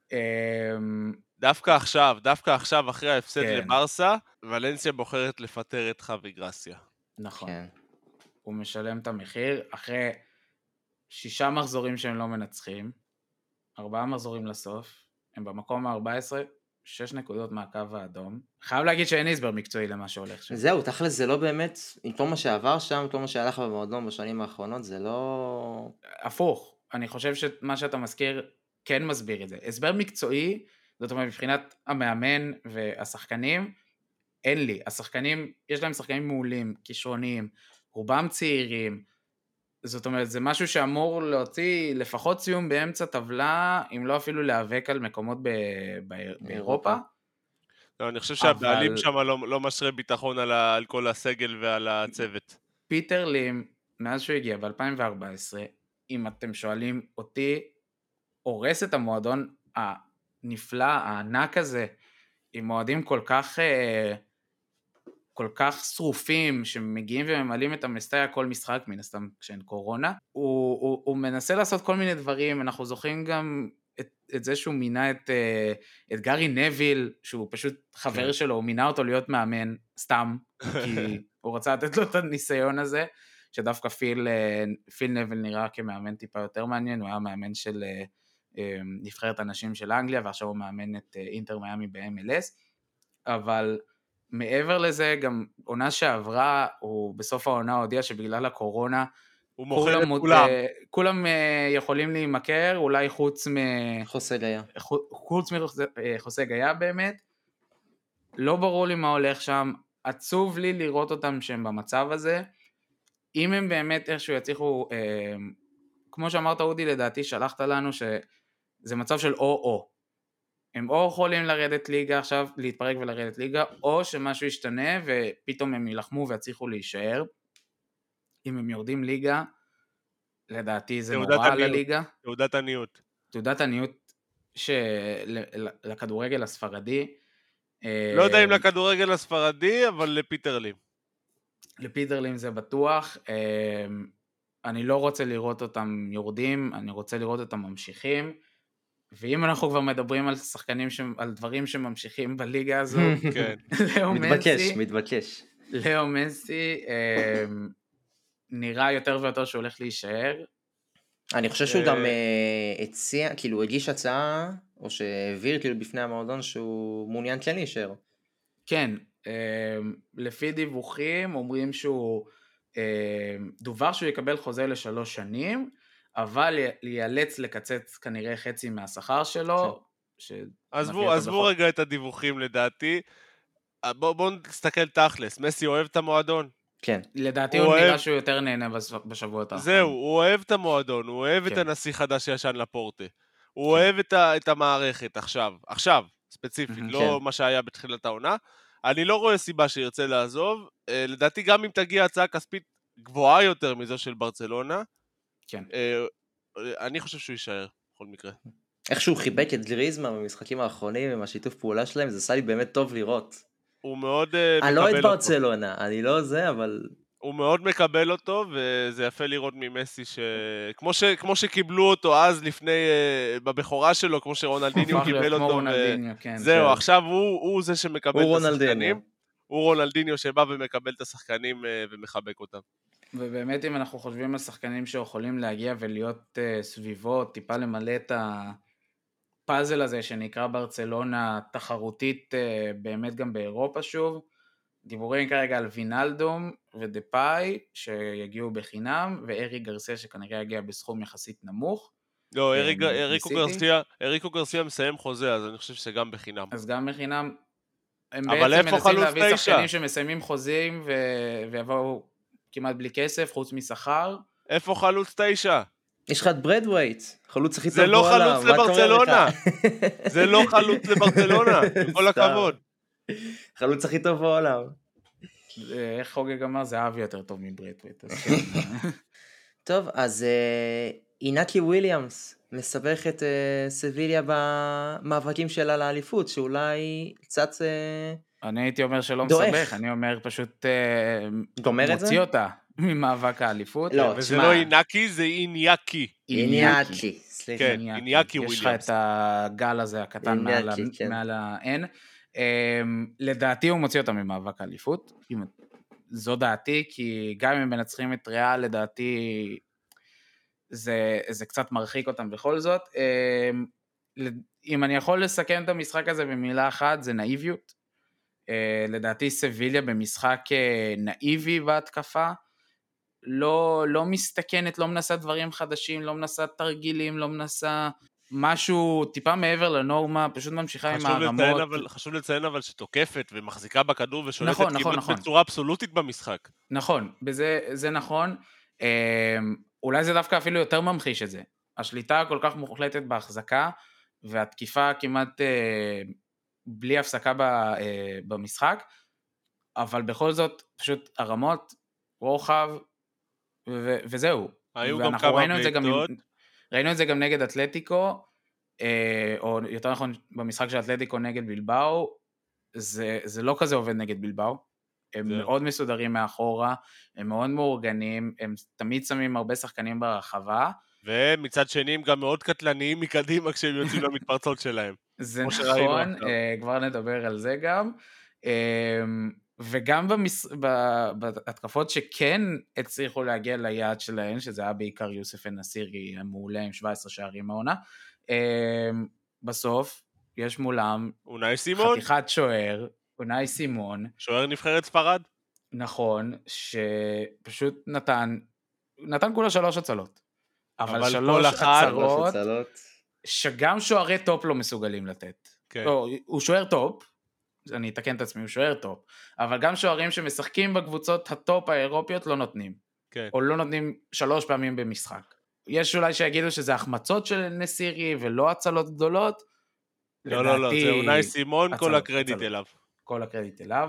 דווקא עכשיו, דווקא עכשיו אחרי ההפסד כן. לברסה, ולנסיה בוחרת לפטר את חווי גרסיה. נכון. כן. הוא משלם את המחיר, אחרי שישה מחזורים שהם לא מנצחים, ארבעה מחזורים לסוף, הם במקום ה-ארבע עשרה, שש נקודות מהקו האדום. חייב להגיד שאין הסבר מקצועי למה שהולך שם. זהו, תכל'ס זה לא באמת, עם כל מה שעבר שם, כל מה שהלך במועדון בשנים האחרונות, זה לא... הפוך, אני חושב שמה שאתה מזכיר כן מסביר את זה. הסבר מקצועי, זאת אומרת, מבחינת המאמן והשחקנים, אין לי. השחקנים, יש להם שחקנים מעולים, כישרוניים, רובם צעירים, זאת אומרת, זה משהו שאמור להוציא לפחות ציון באמצע טבלה, אם לא אפילו להיאבק על מקומות ב- ב- באירופה. לא, אני חושב שהבעלים אבל- שם לא, לא משרה ביטחון על, ה, על כל הסגל ועל הצוות. פיטר לים, מאז שהוא הגיע ב-אלפיים וארבע עשרה, אם אתם שואלים אותי, הורס את המועדון הנפלא, הענק הזה, עם מועדים כל כך, אה, כל כך שרופים, שמגיעים וממלאים את המסטיה כל משחק, מן הסתם כשאין קורונה. הוא, הוא, הוא מנסה לעשות כל מיני דברים, אנחנו זוכרים גם את, את זה שהוא מינה את, אה, את גארי נביל, שהוא פשוט חבר כן. שלו, הוא מינה אותו להיות מאמן, סתם, כי הוא רצה לתת לו את הניסיון הזה, שדווקא פיל, פיל נביל נראה כמאמן טיפה יותר מעניין, הוא היה מאמן של נבחרת הנשים של אנגליה, ועכשיו הוא מאמן את אינטר מיאמי ב-אם אל אס, אבל מעבר לזה, גם עונה שעברה, הוא בסוף העונה הודיע שבגלל הקורונה, הוא מוכר את כולם, כולם. כולם יכולים להימכר, אולי חוץ מ... חוסה גאיה. חוץ מחוסה גאיה באמת, לא ברור לי מה הולך שם, עצוב לי לראות אותם שהם במצב הזה, אם הם באמת איכשהו יצליחו, אה, כמו שאמרת אודי, לדעתי שלחת לנו שזה מצב של או-או. הם או יכולים לרדת ליגה עכשיו, להתפרק ולרדת ליגה, או שמשהו ישתנה ופתאום הם ילחמו ויצליחו להישאר. אם הם יורדים ליגה, לדעתי זה נורא על הליגה. תעודת עניות. תעודת עניות לכדורגל הספרדי. לא יודע אם לכדורגל הספרדי, אבל לפיטר לים. לפיטר לים זה בטוח. אני לא רוצה לראות אותם יורדים, אני רוצה לראות אותם ממשיכים. ואם אנחנו כבר מדברים על שחקנים, על דברים שממשיכים בליגה הזו, לאו מסי, מתבקש, מתבקש. לאו מסי, נראה יותר ויותר שהוא הולך להישאר. אני חושב שהוא גם הציע, כאילו הגיש הצעה, או שהעביר כאילו בפני המועדון שהוא מעוניין כן להישאר. כן, לפי דיווחים אומרים שהוא, דובר שהוא יקבל חוזה לשלוש שנים, אבל ייאלץ לקצץ כנראה חצי מהשכר שלו. עזבו, עזבו רגע את הדיווחים לדעתי. בואו בוא נסתכל תכלס, מסי אוהב את המועדון? כן. לדעתי הוא נראה שהוא יותר נהנה בשבועות האחרונים. זהו, הוא אוהב את המועדון, הוא אוהב את הנשיא חדש שישן לפורטה. הוא אוהב את המערכת עכשיו, עכשיו, ספציפית, לא מה שהיה בתחילת העונה. אני לא רואה סיבה שירצה לעזוב. לדעתי גם אם תגיע הצעה כספית גבוהה יותר מזו של ברצלונה, כן. אני חושב שהוא יישאר, בכל מקרה. איך שהוא חיבק את גריזמן במשחקים האחרונים, עם השיתוף פעולה שלהם, זה עשה לי באמת טוב לראות. הוא מאוד מקבל אותו. אני לא את ברצלונה, אני לא זה, אבל... הוא מאוד מקבל אותו, וזה יפה לראות ממסי ש... כמו, ש... כמו שקיבלו אותו אז לפני, בבחורה שלו, כמו שרונלדיניו קיבל אותו. רונלדיניו, כן. זהו, כן. עכשיו הוא, הוא זה שמקבל הוא את השחקנים. רונלדיניו. הוא רונלדיניו שבא ומקבל את השחקנים ומחבק אותם. ובאמת אם אנחנו חושבים על שחקנים שיכולים להגיע ולהיות סביבו, טיפה למלא את הפאזל הזה שנקרא ברצלונה תחרותית באמת גם באירופה שוב, דיבורים כרגע על וינלדום ודפאי שיגיעו בחינם, וארי גרסיה שכנראה יגיע בסכום יחסית נמוך. לא, אריקו גרסיה, אריקו גרסיה מסיים חוזה, אז אני חושב שגם בחינם. אז גם בחינם. הם בעצם מנסים להביא שחקנים שמסיימים חוזים ויבואו כמעט בלי כסף, חוץ משכר. איפה חלוץ תשע? יש לך את ברדווייט, חלוץ הכי טוב בעולם. זה לא חלוץ לברצלונה. זה לא חלוץ לברצלונה, בכל הכבוד. חלוץ הכי טוב בעולם. איך חוגג אמר, זה אבי יותר טוב מברדווייט. טוב, אז אינקי וויליאמס מסבך את סביליה במאבקים שלה לאליפות, שאולי קצת... אני הייתי אומר שלא מסבך, אני אומר פשוט מוציא אותה ממאבק האליפות. וזה לא אינקי, זה איניאקי. איניאקי, סליחה. כן, איניאקי וויליאמס. יש לך את הגל הזה הקטן מעל ה-N. לדעתי הוא מוציא אותה ממאבק האליפות. זו דעתי, כי גם אם הם מנצחים את ריאל, לדעתי זה קצת מרחיק אותם בכל זאת. אם אני יכול לסכם את המשחק הזה במילה אחת, זה נאיביות. לדעתי סביליה במשחק נאיבי בהתקפה, לא, לא מסתכנת, לא מנסה דברים חדשים, לא מנסה תרגילים, לא מנסה משהו טיפה מעבר לנורמה, פשוט ממשיכה עם הרמות. אבל, חשוב לציין אבל שתוקפת ומחזיקה בכדור ושולטת נכון, כמעט נכון, נכון. בצורה אבסולוטית במשחק. נכון, בזה, זה נכון. אולי זה דווקא אפילו יותר ממחיש את זה. השליטה כל כך מוחלטת בהחזקה, והתקיפה כמעט בלי הפסקה במשחק, אבל בכל זאת פשוט הרמות, רוחב, ו- וזהו. היו גם כמה בעיטות. ראינו את זה גם נגד אתלטיקו, או יותר נכון במשחק של אתלטיקו נגד בלבאו, זה, זה לא כזה עובד נגד בלבאו, הם זה. מאוד מסודרים מאחורה, הם מאוד מאורגנים, הם תמיד שמים הרבה שחקנים ברחבה. ומצד שני הם גם מאוד קטלניים מקדימה כשהם יוצאים למתפרצות שלהם. זה נכון, כבר נדבר על זה גם. וגם במס... בהתקפות שכן הצליחו להגיע ליעד שלהן, שזה היה בעיקר יוסף אנסירי המעולה עם שבע עשרה שערים העונה, בסוף יש מולם אונאי סימון, חתיכת שוער, אונאי סימון, שוער נבחרת ספרד, נכון, שפשוט נתן, נתן כולה שלוש הצלות, אבל, אבל שלוש הצלות, שגם שוערי טופ לא מסוגלים לתת, כן. לא, הוא שוער טופ, אני אתקן את עצמי, הוא שוער טופ, אבל גם שוערים שמשחקים בקבוצות הטופ האירופיות לא נותנים, כן. או לא נותנים שלוש פעמים במשחק. יש אולי שיגידו שזה החמצות של נסירי ולא הצלות גדולות. לא, לא, לא, זה אונאי סימון, כל הקרדיט אליו. כל הקרדיט אליו.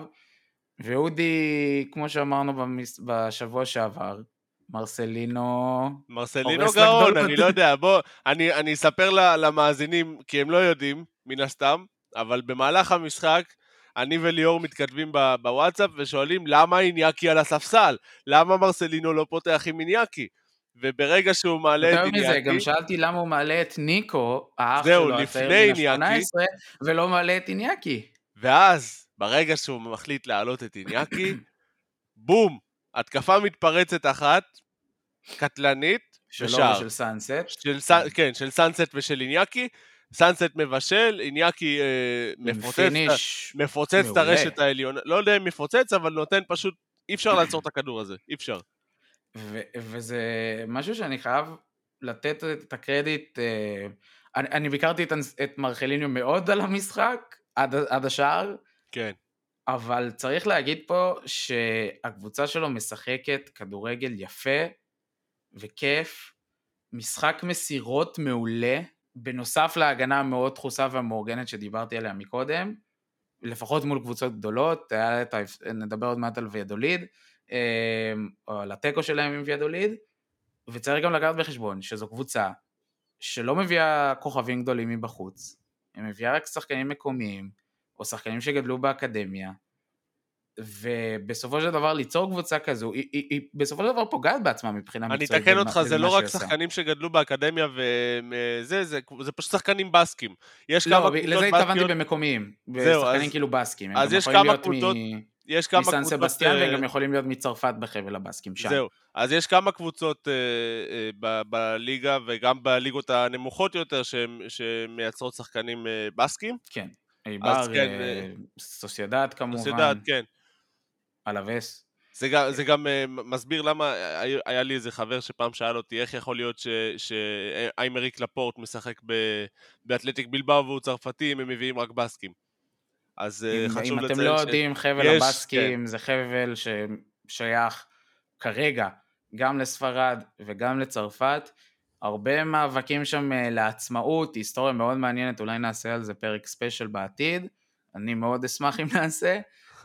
ואודי, כמו שאמרנו בשבוע שעבר, מרסלינו... מרסלינו גאון, אני לא יודע, בוא, אני, אני אספר למאזינים, כי הם לא יודעים, מן הסתם, אבל במהלך המשחק, אני וליאור מתכתבים בוואטסאפ ושואלים למה איניאקי על הספסל? למה מרסלינו לא פותח עם איניאקי? וברגע שהוא מעלה את איניאקי... מזה, גם שאלתי למה הוא מעלה את ניקו, האח שלו, הצעיר בן ה-שמונה עשרה, ולא מעלה את איניאקי. ואז, ברגע שהוא מחליט להעלות את איניאקי, בום, התקפה מתפרצת אחת, קטלנית, שלו ושל סאנסט. של, כן, של סאנסט ושל איניאקי, סאנסט מבשל, איניאקי אה, מפוצץ, מפוצץ את הרשת העליונה, לא יודע אם מפוצץ, אבל נותן פשוט, אי אפשר לעצור את הכדור הזה, אי אפשר. ו- וזה משהו שאני חייב לתת את הקרדיט, אה, אני, אני ביקרתי את, את מרחליניו מאוד על המשחק, עד, עד השער, כן. אבל צריך להגיד פה שהקבוצה שלו משחקת כדורגל יפה וכיף, משחק מסירות מעולה, בנוסף להגנה המאוד דחוסה והמאורגנת שדיברתי עליה מקודם, לפחות מול קבוצות גדולות, היה את, נדבר עוד מעט על ויאדוליד, או על הטקו שלהם עם ויאדוליד, וצריך גם לקחת בחשבון שזו קבוצה שלא מביאה כוכבים גדולים מבחוץ, היא מביאה רק שחקנים מקומיים, או שחקנים שגדלו באקדמיה, ובסופו של דבר ליצור קבוצה כזו, היא, היא, היא בסופו של דבר פוגעת בעצמה מבחינה מקצועית. אני אתקן אותך, זה לא רק שחקנים שגדלו באקדמיה, וזה, זה, זה פשוט שחקנים בסקים. יש לא, לזה התכוונתי במקומיים, בשחקנים כאילו בסקים. אז יש כמה קבוצות, יש כמה מסן סבסטיאן, והם גם יכולים להיות מצרפת בחבל הבסקים שם. זהו, אז יש כמה קבוצות בליגה, וגם בליגות הנמוכות יותר, שמייצרות שחקנים בסקים. כן. איבר, סוסיידד כמובן. סוסיידד, כן. אלווס. זה גם, זה גם מסביר למה, היה לי איזה חבר שפעם שאל אותי, איך יכול להיות שאיימריק לפורט משחק באתלטיק בלבאו והוא צרפתי, אם הם מביאים רק בסקים. אז חשוב לציין ש... אם אתם לא יודעים, חבל הבסקים זה חבל ששייך כרגע גם לספרד וגם לצרפת, הרבה מאבקים שם לעצמאות, היסטוריה מאוד מעניינת, אולי נעשה על זה פרק ספיישל בעתיד, אני מאוד אשמח אם נעשה,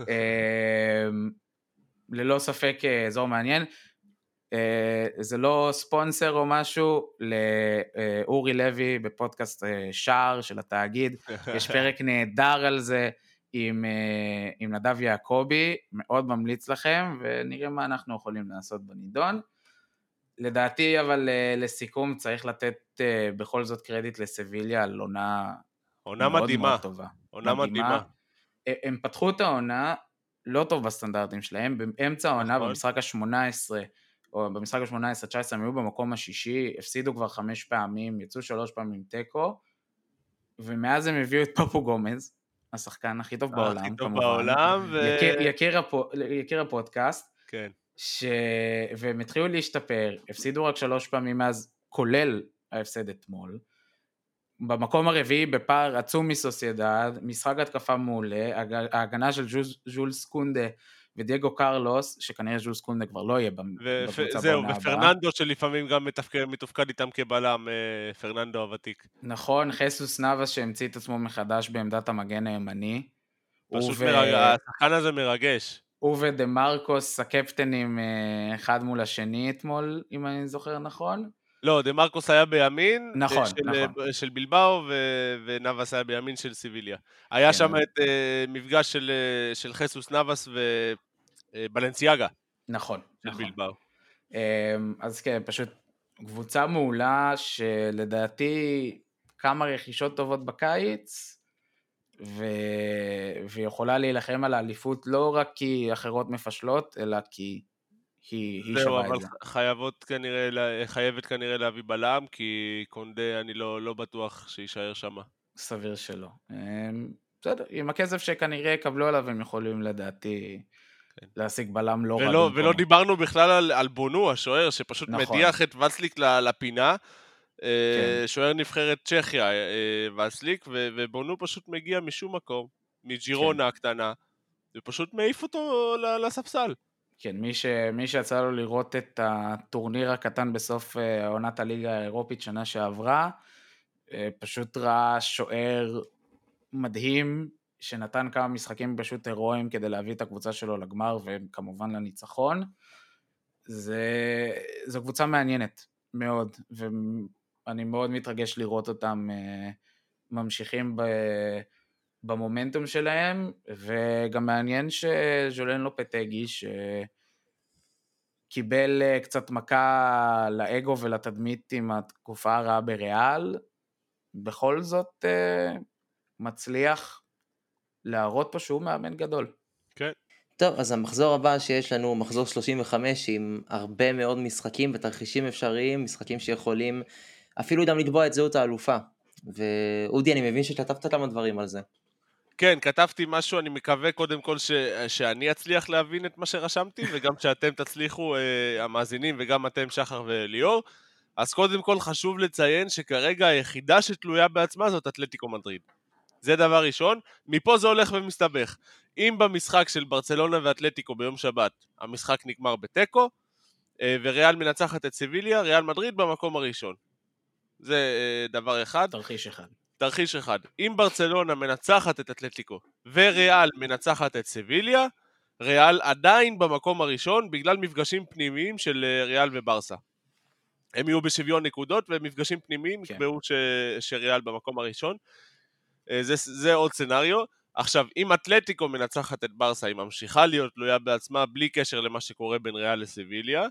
ללא ספק אזור מעניין, זה לא ספונסר או משהו, לאורי לוי בפודקאסט שער של התאגיד, יש פרק נהדר על זה, עם, עם נדב יעקובי, מאוד ממליץ לכם, ונראה מה אנחנו יכולים לעשות בנידון, לדעתי, אבל לסיכום, צריך לתת בכל זאת קרדיט לסביליה על עונה, עונה מאוד מדהימה. מאוד טובה. עונה מדהימה. הם פתחו את העונה לא טוב בסטנדרטים שלהם, באמצע העונה, במשחק ה-שמונה עשרה, או במשחק ה-שמונה עשרה תשע עשרה, הם היו במקום השישי, הפסידו כבר חמש פעמים, יצאו שלוש פעמים טקו, ומאז הם הביאו את פפו גומז, השחקן הכי טוב בעולם, הכי טוב כמובן. בעולם, ו... יקיר, יקיר, הפו, יקיר הפודקאסט, כן. ש... והם התחילו להשתפר, הפסידו רק שלוש פעמים מאז, כולל ההפסד אתמול, במקום הרביעי בפער עצום מסוסיידד, משחק התקפה מעולה, ההגנה של ז'ולס קונדה ודייגו קרלוס, שכנראה ז'ולס קונדה כבר לא יהיה בקבוצה בעונה הבאה. ופרננדו שלפעמים גם מתפקד איתם כבלם, פרננדו הוותיק. נכון, חסוס נאבס שהמציא את עצמו מחדש בעמדת המגן הימני. פשוט מרגש, השחקן הזה מרגש. הוא ודה מרקוס, הקפטנים אחד מול השני אתמול, אם אני זוכר נכון. לא, דה מרקוס היה בימין, נכון, של, נכון. של בלבאו, ו, ונאבס היה בימין של סיביליה. היה כן. שם את uh, מפגש של, uh, של חסוס נאבס ובלנסיאגה. נכון, של נכון. בלבאו. אז כן, פשוט קבוצה מעולה, שלדעתי כמה רכישות טובות בקיץ, ו... ויכולה להילחם על האליפות, לא רק כי אחרות מפשלות, אלא כי היא, היא שווה את זה. חייבות כנראה, חייבת כנראה להביא בלם, כי קונדה אני לא, לא בטוח שישאר שם. סביר שלא. בסדר, עם הכסף שכנראה יקבלו עליו, הם יכולים לדעתי כן. להשיג בלם לא ולא, רע. ולא דיברנו בכלל על, על בונו, השוער, שפשוט נכון. מדיח את וסליק לפינה, כן. שוער נבחרת צ'כיה, וסליק, ובונו פשוט מגיע משום מקום, מג'ירונה כן. הקטנה, ופשוט מעיף אותו לספסל. כן, מי, ש... מי שיצא לו לראות את הטורניר הקטן בסוף עונת הליגה האירופית שנה שעברה, פשוט ראה שוער מדהים, שנתן כמה משחקים פשוט הירואיים כדי להביא את הקבוצה שלו לגמר, וכמובן לניצחון. זה... זו קבוצה מעניינת מאוד, ואני מאוד מתרגש לראות אותם ממשיכים ב... במומנטום שלהם, וגם מעניין שז'ולן לופטגי, שקיבל קצת מכה לאגו ולתדמית עם התקופה הרעה בריאל, בכל זאת מצליח להראות פה שהוא מאמן גדול. כן. טוב, אז המחזור הבא שיש לנו, מחזור שלושים וחמש, עם הרבה מאוד משחקים ותרחישים אפשריים, משחקים שיכולים אפילו גם לתבוע את זהות האלופה. ואודי, אני מבין שכתבת כמה דברים על זה. כן, כתבתי משהו, אני מקווה קודם כל ש, שאני אצליח להבין את מה שרשמתי, וגם שאתם תצליחו, אה, המאזינים, וגם אתם, שחר וליאור. אז קודם כל חשוב לציין שכרגע היחידה שתלויה בעצמה זאת אתלטיקו מדריד. זה דבר ראשון. מפה זה הולך ומסתבך. אם במשחק של ברצלונה ואתלטיקו ביום שבת, המשחק נגמר בטקו, אה, וריאל מנצחת את סביליה, ריאל מדריד במקום הראשון. זה אה, דבר אחד. תרחיש אחד. תרחיש אחד. אם ברצלונה מנצחת את אתלטיקו וריאל מנצחת את סביליה, ריאל עדיין במקום הראשון בגלל מפגשים פנימיים של ריאל וברסה. הם יהיו בשוויון נקודות ומפגשים פנימיים כן. יקבעו ש... שריאל במקום הראשון. זה, זה עוד סצנריו. עכשיו, אם אתלטיקו מנצחת את ברסה, היא ממשיכה להיות תלויה בעצמה בלי קשר למה שקורה בין ריאל לסביליה.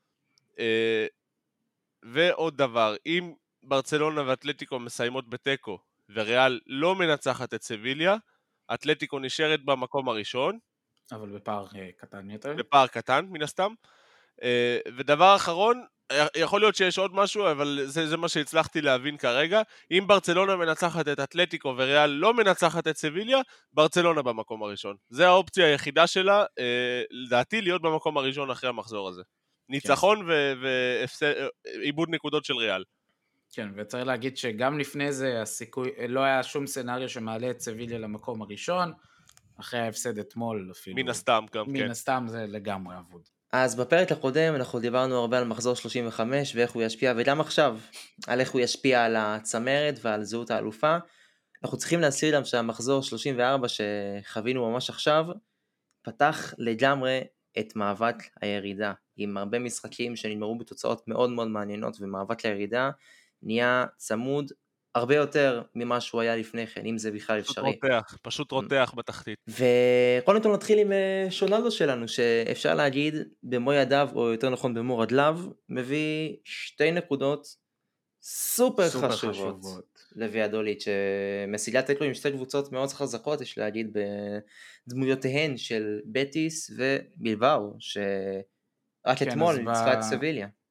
ועוד דבר, אם ברצלונה ואתלטיקו מסיימות בטקו, וריאל לא מנצחת את סביליה, אתלטיקו נשארת במקום הראשון. אבל בפער קטן יותר. בפער קטן, מן הסתם. ודבר אחרון, יכול להיות שיש עוד משהו, אבל זה, זה מה שהצלחתי להבין כרגע. אם ברצלונה מנצחת את אתלטיקו וריאל לא מנצחת את סביליה, ברצלונה במקום הראשון. זה האופציה היחידה שלה, לדעתי להיות במקום הראשון אחרי המחזור הזה. ניצחון ועיבוד נקודות של ריאל. כן, וצריך להגיד שגם לפני זה הסיכוי, לא היה שום סנריו שמעלה את סביליה למקום הראשון, אחרי ההפסד אתמול אפילו. מן הסתם גם, מן כן. מן הסתם זה לגמרי עבוד. אז בפרק הקודם אנחנו דיברנו הרבה על מחזור שלושים וחמש ואיך הוא ישפיע, וגם עכשיו על איך הוא ישפיע על הצמרת ועל זהות האלופה. אנחנו צריכים להזכיר גם שהמחזור שלושים וארבע שחווינו ממש עכשיו, פתח לגמרי את מאבק הירידה, עם הרבה משחקים שנגמרו בתוצאות מאוד מאוד מעניינות, ומאבק לירידה נהיה צמוד הרבה יותר ממה שהוא היה לפני כן, אם זה בכלל אפשרי. פשוט רותח, פשוט רותח בתחתית. וקודם כל נתחיל עם שונלדו שלנו, שאפשר להגיד במו ידיו, או יותר נכון במו רגליו, מביא שתי נקודות סופר, סופר חשובות, חשובות. לויאדוליד, שמשיגה תיקו עם שתי קבוצות מאוד חזקות, יש להגיד בדמויותיהן של בטיס ובלבאו, שרק כן, אתמול ניצחה את סביליה.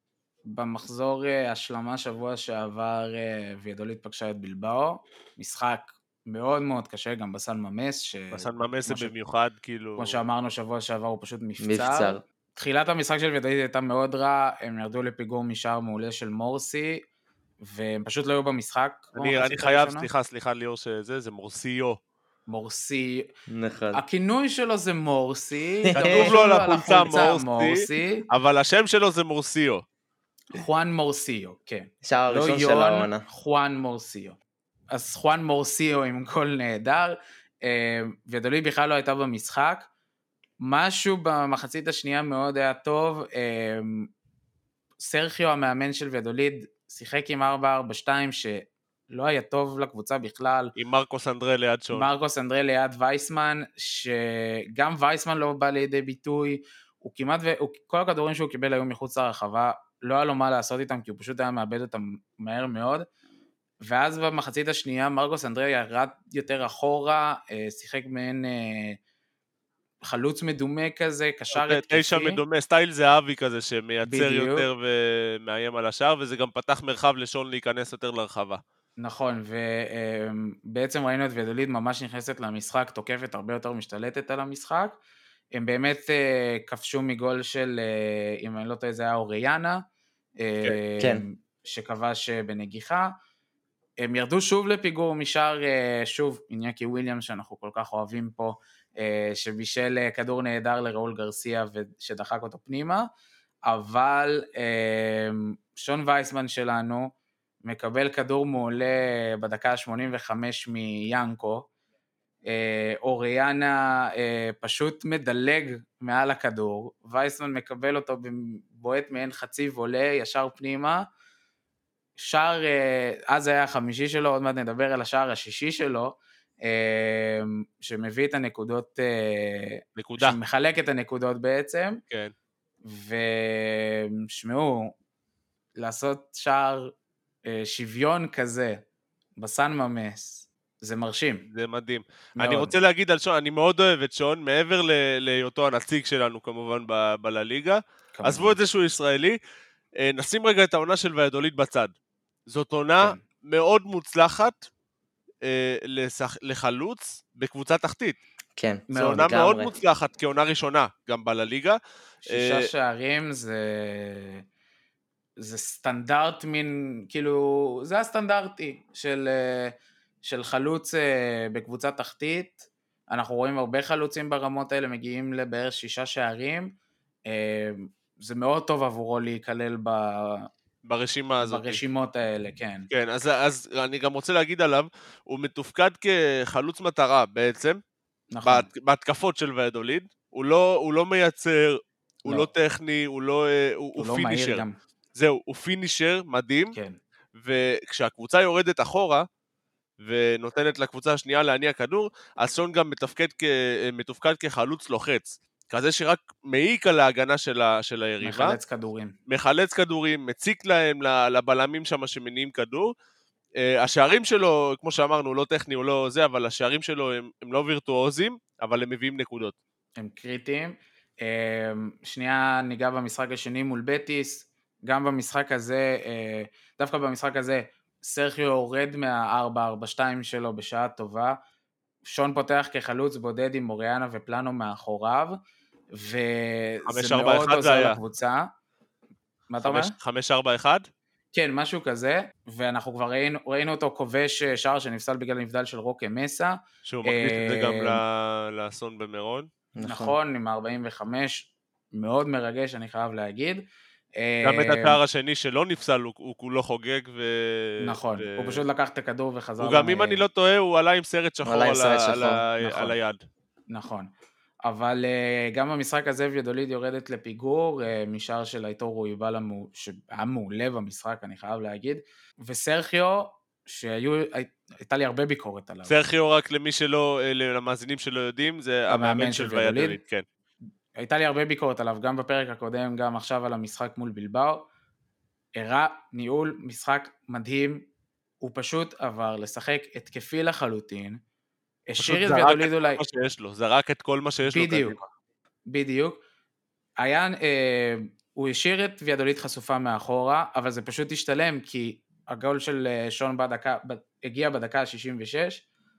במחזור השלמה שבוע שעבר ויאדוליד פגשה את בלבאו, משחק מאוד מאוד קשה, גם בסן ממס. בסן ממס זה במיוחד, כאילו... כמו שאמרנו שבוע שעבר הוא פשוט מבצר. מבצר. תחילת המשחק של ויאדוליד הייתה מאוד רע, הם ירדו לפיגור משער מעולה של מורסי, והם פשוט לא היו במשחק. אני, אני חייב, סליחה, סליחה ליאור שזה, זה מורסיו. מורסי, נכון. הכינוי שלו זה מורסי, כתוב לו על החולצה מורסי, אבל השם שלו זה מורסיו. חואן מורסיו, כן. שער הראשון של העונה. חואן מורסיו. אז חואן מורסיו עם גול נהדר, ויאדוליד בכלל לא הייתה במשחק, משהו במחצית השנייה מאוד היה טוב, סרחיו המאמן של ויאדוליד שיחק עם ארבע ארבע שתיים שלא היה טוב לקבוצה בכלל. עם מרקוס אנדרה ליד שון. מרקוס אנדרה ליד וייסמן, שגם וייסמן לא בא לידי ביטוי, הוא כמעט, כל הכדורים שהוא קיבל היו מחוץ לרחבה, לא היה לו מה לעשות איתם, כי הוא פשוט היה מאבד אותם מהר מאוד, ואז במחצית השנייה מרקוס אנדרה ירד יותר אחורה, שיחק מעין חלוץ מדומה כזה, קשר התקפי. תשע מדומה, סטייל זהבי כזה, שמייצר יותר ומאיים על השאר, וזה גם פתח מרחב לשון להיכנס יותר לרחבה. נכון, ובעצם ראינו את ויאדוליד ממש נכנסת למשחק, תוקפת הרבה יותר משתלטת על המשחק, הם באמת כבשו מגול של, אם אני לא טועה, זה היה אוריאנה, כן. שכבש בנגיחה, הם ירדו שוב לפיגור משאר, שוב, איניקי וויליאם שאנחנו כל כך אוהבים פה, שבישל כדור נהדר לראול גרסיה ושדחק אותו פנימה, אבל שון וייסמן שלנו מקבל כדור מעולה בדקה ה-שמונים וחמש מיאנקו, אוריאנה פשוט מדלג מעל הכדור, וייסמן מקבל אותו בבועט מעין חצי וולה ישר פנימה, שער, אז היה החמישי שלו, עוד מעט נדבר על השער השישי שלו, שמביא את הנקודות, נקודה. שמחלק את הנקודות בעצם, כן. ושמעו, לעשות שער שוויון כזה, בסן ממס, זה מרשים. זה מדהים. מאוד. אני רוצה להגיד על שון, אני מאוד אוהב את שון, מעבר להיותו הנציג שלנו כמובן בלליגה, עזבו את זה שהוא ישראלי, נשים רגע את העונה של ויאדוליד בצד. זאת עונה כן. מאוד מוצלחת, לחלוץ בקבוצה תחתית. כן. זו עונה מאוד מוצלחת כעונה ראשונה, גם בלליגה. שישה שערים זה, זה סטנדרט מין, כאילו, זה הסטנדרטי של, של חלוץ בקבוצה תחתית. אנחנו רואים הרבה חלוצים ברמות האלה, מגיעים לבערך שישה שערים. זה מאוד טוב עבורו להיכלל ב... ברשימה הזאת. ברשימות האלה, כן. כן, אז, אז אני גם רוצה להגיד עליו, הוא מתופקד כחלוץ מטרה בעצם, נכון. בת, בהתקפות של ויאדוליד, הוא לא, הוא לא מייצר, לא. הוא לא טכני, הוא לא, הוא, הוא, הוא לא פינישר. מהיר גם. זהו, הוא פינישר מדהים, כן. וכשהקבוצה יורדת אחורה, ונותנת לקבוצה השנייה להניע כדור, אז שון גם מתפקד, כ, מתופקד כחלוץ לוחץ. כזה שרק מעיק על ההגנה של, ה, של היריבה. מחלץ כדורים. מחלץ כדורים, מציק להם לבלמים שם שמניעים כדור. Uh, השערים שלו, כמו שאמרנו, הוא לא טכני, הוא לא זה, אבל השערים שלו הם, הם לא וירטואוזים, אבל הם מביאים נקודות. הם קריטיים. Uh, שנייה ניגע במשחק השני מול בטיס, גם במשחק הזה, uh, דווקא במשחק הזה, סרחיו יורד מה-ארבע ארבע שתיים שלו בשעה טובה, שון פותח כחלוץ בודד עם אוריאנה ופלנו מאחוריו, וזה מאוד עוזר לקבוצה. מה אתה אומר? חמש ארבע אחד? כן, משהו כזה, ואנחנו כבר ראינו, ראינו אותו כובש שער שנפסל בגלל נבדל של רוקה מסה. שהוא מקליט את זה גם לאסון במירון. נכון, עם ארבעים וחמש, מאוד מרגש, אני חייב להגיד. גם את השער השני שלא נפסל, הוא כולו חוגג ו... נכון, הוא פשוט לקח את הכדור וחזר... הוא גם, אם אני לא טועה, הוא עלה עם סרט שחור על היד. נכון, אבל גם במשחק הזה ויאדוליד יורדת לפיגור, משער של אייטור רויבאלה, שהיה מעולה במשחק, אני חייב להגיד, וסרחיו, שהייתה לי הרבה ביקורת עליו. סרחיו, רק למי שלא, למאזינים שלא יודעים, זה המאמן של ויאדוליד, כן. הייתה לי הרבה ביקורת עליו, גם בפרק הקודם, גם עכשיו על המשחק מול בלבאו, הראה ניהול משחק מדהים, הוא פשוט עבר לשחק התקפי לחלוטין, השאיר את ויאדוליד אולי... זרק את כל מה שיש לו. בדיוק, בדיוק. היה, אה, הוא השאיר את ויאדוליד חשופה מאחורה, אבל זה פשוט השתלם, כי הגול של שון בדקה, הגיע בדקה ה-שישים ושש,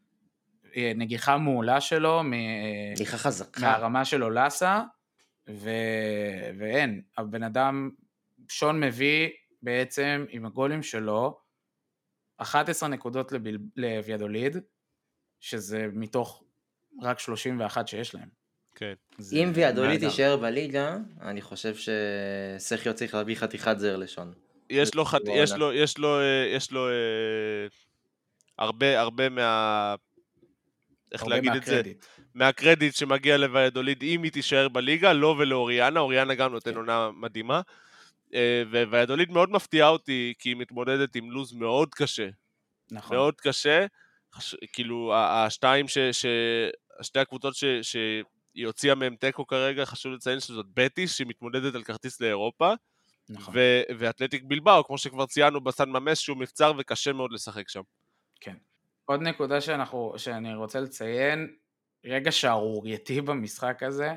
נגיחה מעולה שלו, נגיחה חזקה. מהרמה של אולסה, ו... ואין, הבן אדם, שון מביא בעצם עם הגולים שלו, אחת עשרה נקודות לביל... לויאדוליד, שזה מתוך רק שלושים ואחת שיש להם. כן. אם ויאדוליד יישאר בליגה, אני חושב שסרחיו צריך להביא חתיכת זר לשון. יש לו, חת... יש לו, יש לו, יש לו, אה, הרבה, הרבה מה... איך הרבה להגיד מהקרדיט. את זה? מהקרדיט שמגיע לויאדוליד, אם היא תישאר בליגה, לא ולאוריאנה, אוריאנה גם נותן עונה מדהימה, וויאדוליד מאוד מפתיעה אותי, כי היא מתמודדת עם לוז מאוד קשה. נכון. מאוד קשה, כאילו, השתיים ש... ש... השתי הקבוצות ש... שהיא הוציאה מהם טקו כרגע, חשוב לציין שזאת בטיס, שהיא מתמודדת על כרטיס לאירופה, נכון. ו... ואתלטיק בלבאו, כמו שכבר ציינו בסן ממס, שהוא מבצר וקשה מאוד לשחק שם. כן. עוד נקודה שאנחנו, שאני רוצה לציין, רגע שערורייתי במשחק הזה,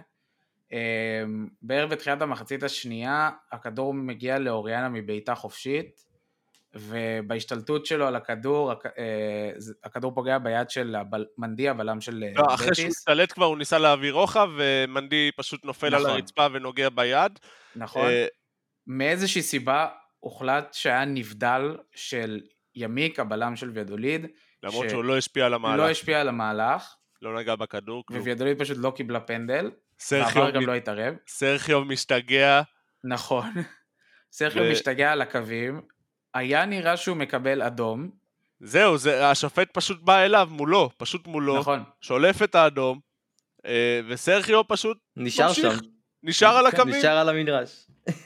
בערב בתחילת המחצית השנייה, הכדור מגיע לאוריאנה מביתה חופשית, ובהשתלטות שלו על הכדור, הכדור פוגע ביד של מנדי, הבלם של לא, בטיס. אחרי שהוא השתלט כבר, הוא ניסה להעביר רוחב, ומנדי פשוט נופל נכון. על הרצפה ונוגע ביד. נכון. מאיזושהי סיבה, הוחלט שהיה נבדל של ימיק, הבלם של ויאדוליד, למרות ש... שהוא לא השפיע על המהלך. לא השפיע על המהלך. לא נגע בכדור, כלום. וויאדוליד פשוט לא קיבלה פנדל. סרחיו גם מ... לא התערב. סרחיו משתגע. נכון. סרחיו ו... משתגע על הקווים. היה נראה שהוא מקבל אדום. זהו, זה, השופט פשוט בא אליו מולו, פשוט מולו. נכון. שולף את האדום, וסרחיו פשוט נשאר ממשיך. שם. נשאר על הקווים. נשאר על המדרש.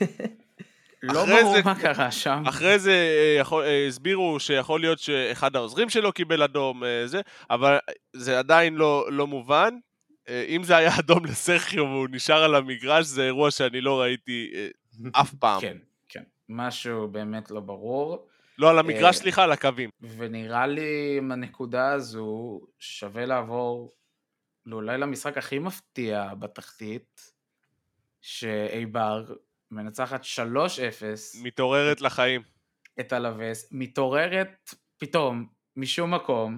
לא ברור מה קרה שם. אחרי זה יכול, הסבירו שיכול להיות שאחד העוזרים שלו קיבל אדום, זה, אבל זה עדיין לא, לא מובן. אם זה היה אדום לסרחיו והוא נשאר על המגרש, זה אירוע שאני לא ראיתי אף פעם. כן, כן. משהו באמת לא ברור. לא על המגרש, סליחה, על הקווים. ונראה לי עם הנקודה הזו שווה לעבור לאולי למשחק הכי מפתיע בתחתית, שאיבר מנצחת שלוש אפס. מתעוררת לחיים. את הלווס, מתעוררת פתאום, משום מקום.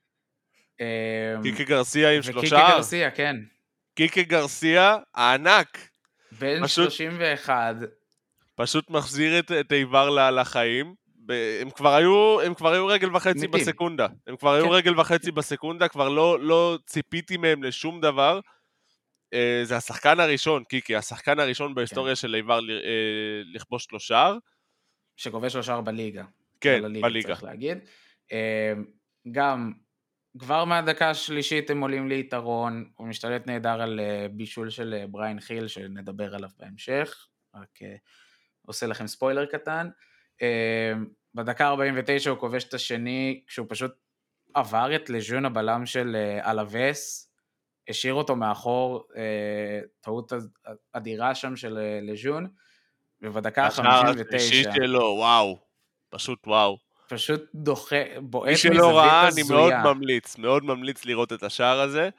קיקי גרסיה עם שלושה. וקיקי גרסיה, כן. קיקי גרסיה, הענק. בין פשוט, שלושים ואחת. פשוט מחזיר את, את איבר לחיים. הם כבר היו, הם כבר היו רגל וחצי מתים. בסקונדה. הם כבר כן. היו רגל וחצי בסקונדה, כבר לא, לא ציפיתי מהם לשום דבר. זה השחקן הראשון, קיקי, השחקן הראשון בהיסטוריה של איבר לכבוש לו שער. שכובש לו שער בליגה. כן, בליגה, בליגה. צריך להגיד. גם, כבר מהדקה השלישית הם עולים ליתרון, הוא משתלט נהדר על בישול של בריין חיל, שנדבר עליו בהמשך, רק עושה לכם ספוילר קטן. בדקה ארבעים ותשע הוא כובש את השני, כשהוא פשוט עבר את לז'ון הבלם של אלווס, השאיר אותו מאחור, טעות אדירה שם של לז'ון, ובדקה ה-חמישים ותשע... השער השלישי שלו, וואו, פשוט וואו. פשוט דוחה, בועט מזווית הזויה. מי שלא ראה, אני מאוד ממליץ, מאוד ממליץ לראות את השער הזה.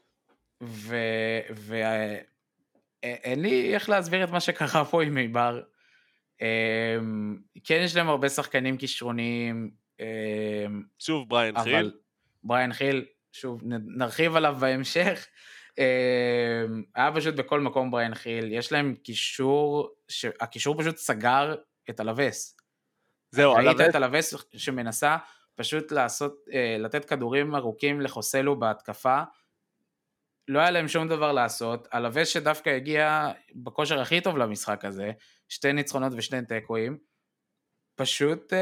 ואין לי איך להסביר את מה שקרה פה עם איבר. כן, יש להם הרבה שחקנים כישרוניים. שוב, בריין חיל. בריין חיל, שוב, נרחיב עליו בהמשך. היה פשוט בכל מקום בריין חיל, יש להם קישור, הקישור פשוט סגר את הלווס. זהו, ראית את הלווס שמנסה פשוט לעשות, לתת כדורים ארוכים לחוסלו בהתקפה, לא היה להם שום דבר לעשות, הלווס שדווקא הגיע בכושר הכי טוב למשחק הזה, שתי ניצחונות ושני טקואים, פשוט...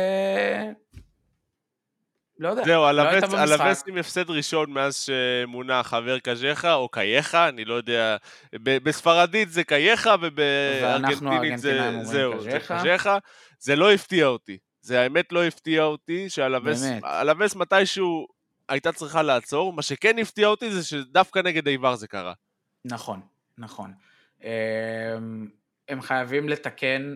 לא יודע, זהו, הלווס עם הפסד ראשון מאז שמונה חבר קז'חה, או קייחה, אני לא יודע, בספרדית זה קייחה, ובארגנטינית זה קז'חה, זה לא הפתיע אותי, זה האמת לא הפתיע אותי, שהלווס מתישהו הייתה צריכה לעצור, מה שכן הפתיע אותי זה שדווקא נגד איבר זה קרה. נכון, נכון. הם חייבים לתקן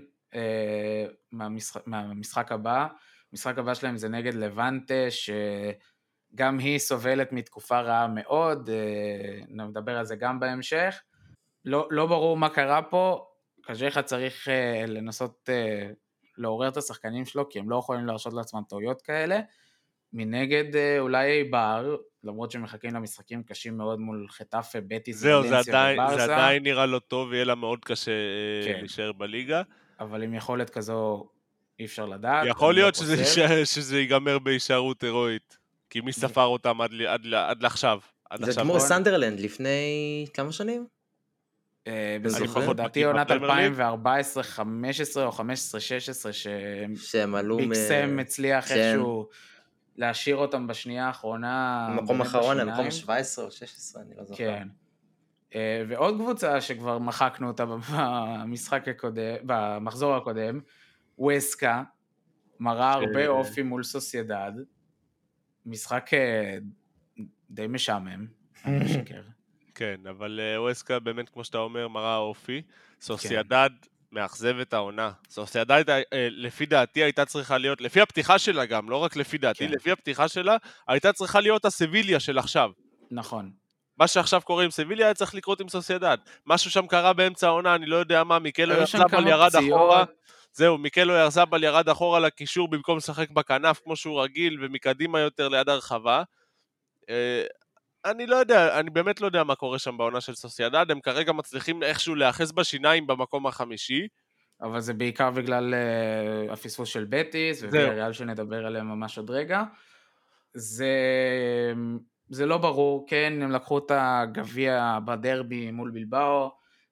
מהמשחק הבא, המשחק הבא שלהם זה נגד לבנטה, שגם היא סובלת מתקופה רעה מאוד, נדבר על זה גם בהמשך. לא, לא ברור מה קרה פה, קז'יחה צריך uh, לנסות uh, לעורר את השחקנים שלו, כי הם לא יכולים להרשות לעצמם טעויות כאלה. מנגד uh, אולי בר, למרות שמחכים למשחקים קשים מאוד מול חטאפה, בטיס, זהו, זה ולנסיה עדיין, וברסה. זה עדיין נראה לו טוב, ויהיה לה מאוד קשה כן. להישאר בליגה. אבל עם יכולת כזו אי אפשר לדעת. יכול להיות לא שזה, ש, שזה ייגמר בהישארות הירואית, כי מי ספר אותם עד, עד, עד לעכשיו. זה כמו סנדרלנד לפני כמה שנים? לדעתי עונת אלפיים וארבע עשרה חמש עשרה או חמש עשרה שש עשרה שביג סם הצליח איכשהו להשאיר אותם בשנייה האחרונה. במקום האחרון, במקום שבע עשרה או שש עשרה, אני לא זוכר. כן. ועוד קבוצה שכבר מחקנו אותה במשחק הקודם, במחזור הקודם, ווסקה, מראה הרבה אופי מול סוסיידד, משחק די משעמם, אני משקר. כן, אבל ווסקה באמת, כמו שאתה אומר, מראה אופי. סוסיידד מאכזב את העונה. סוסיידד, לפי דעתי, הייתה צריכה להיות, לפי הפתיחה שלה גם, לא רק לפי דעתי, לפי הפתיחה שלה, הייתה צריכה להיות הסביליה של עכשיו. נכון. מה שעכשיו קורה עם סביליה, היה צריך לקרות עם סוסיידד. משהו שם קרה באמצע העונה, אני לא יודע מה, מיקלו ירזבל ירד אחורה. זהו, מיקלו ירזבל ירד אחורה לקישור במקום לשחק בכנף, כמו שהוא רגיל, ומקדימה יותר ליד הרחבה. אני לא יודע, אני באמת לא יודע מה קורה שם בעונה של סוסיידד, הם כרגע מצליחים איכשהו להאחז בשיניים במקום החמישי. אבל זה בעיקר בגלל uh, הפספוס של בטיס, ובריאל שנדבר עליהם ממש עוד רגע. זה, זה לא ברור, כן, הם לקחו את הגביע בדרבי מול בלבאו,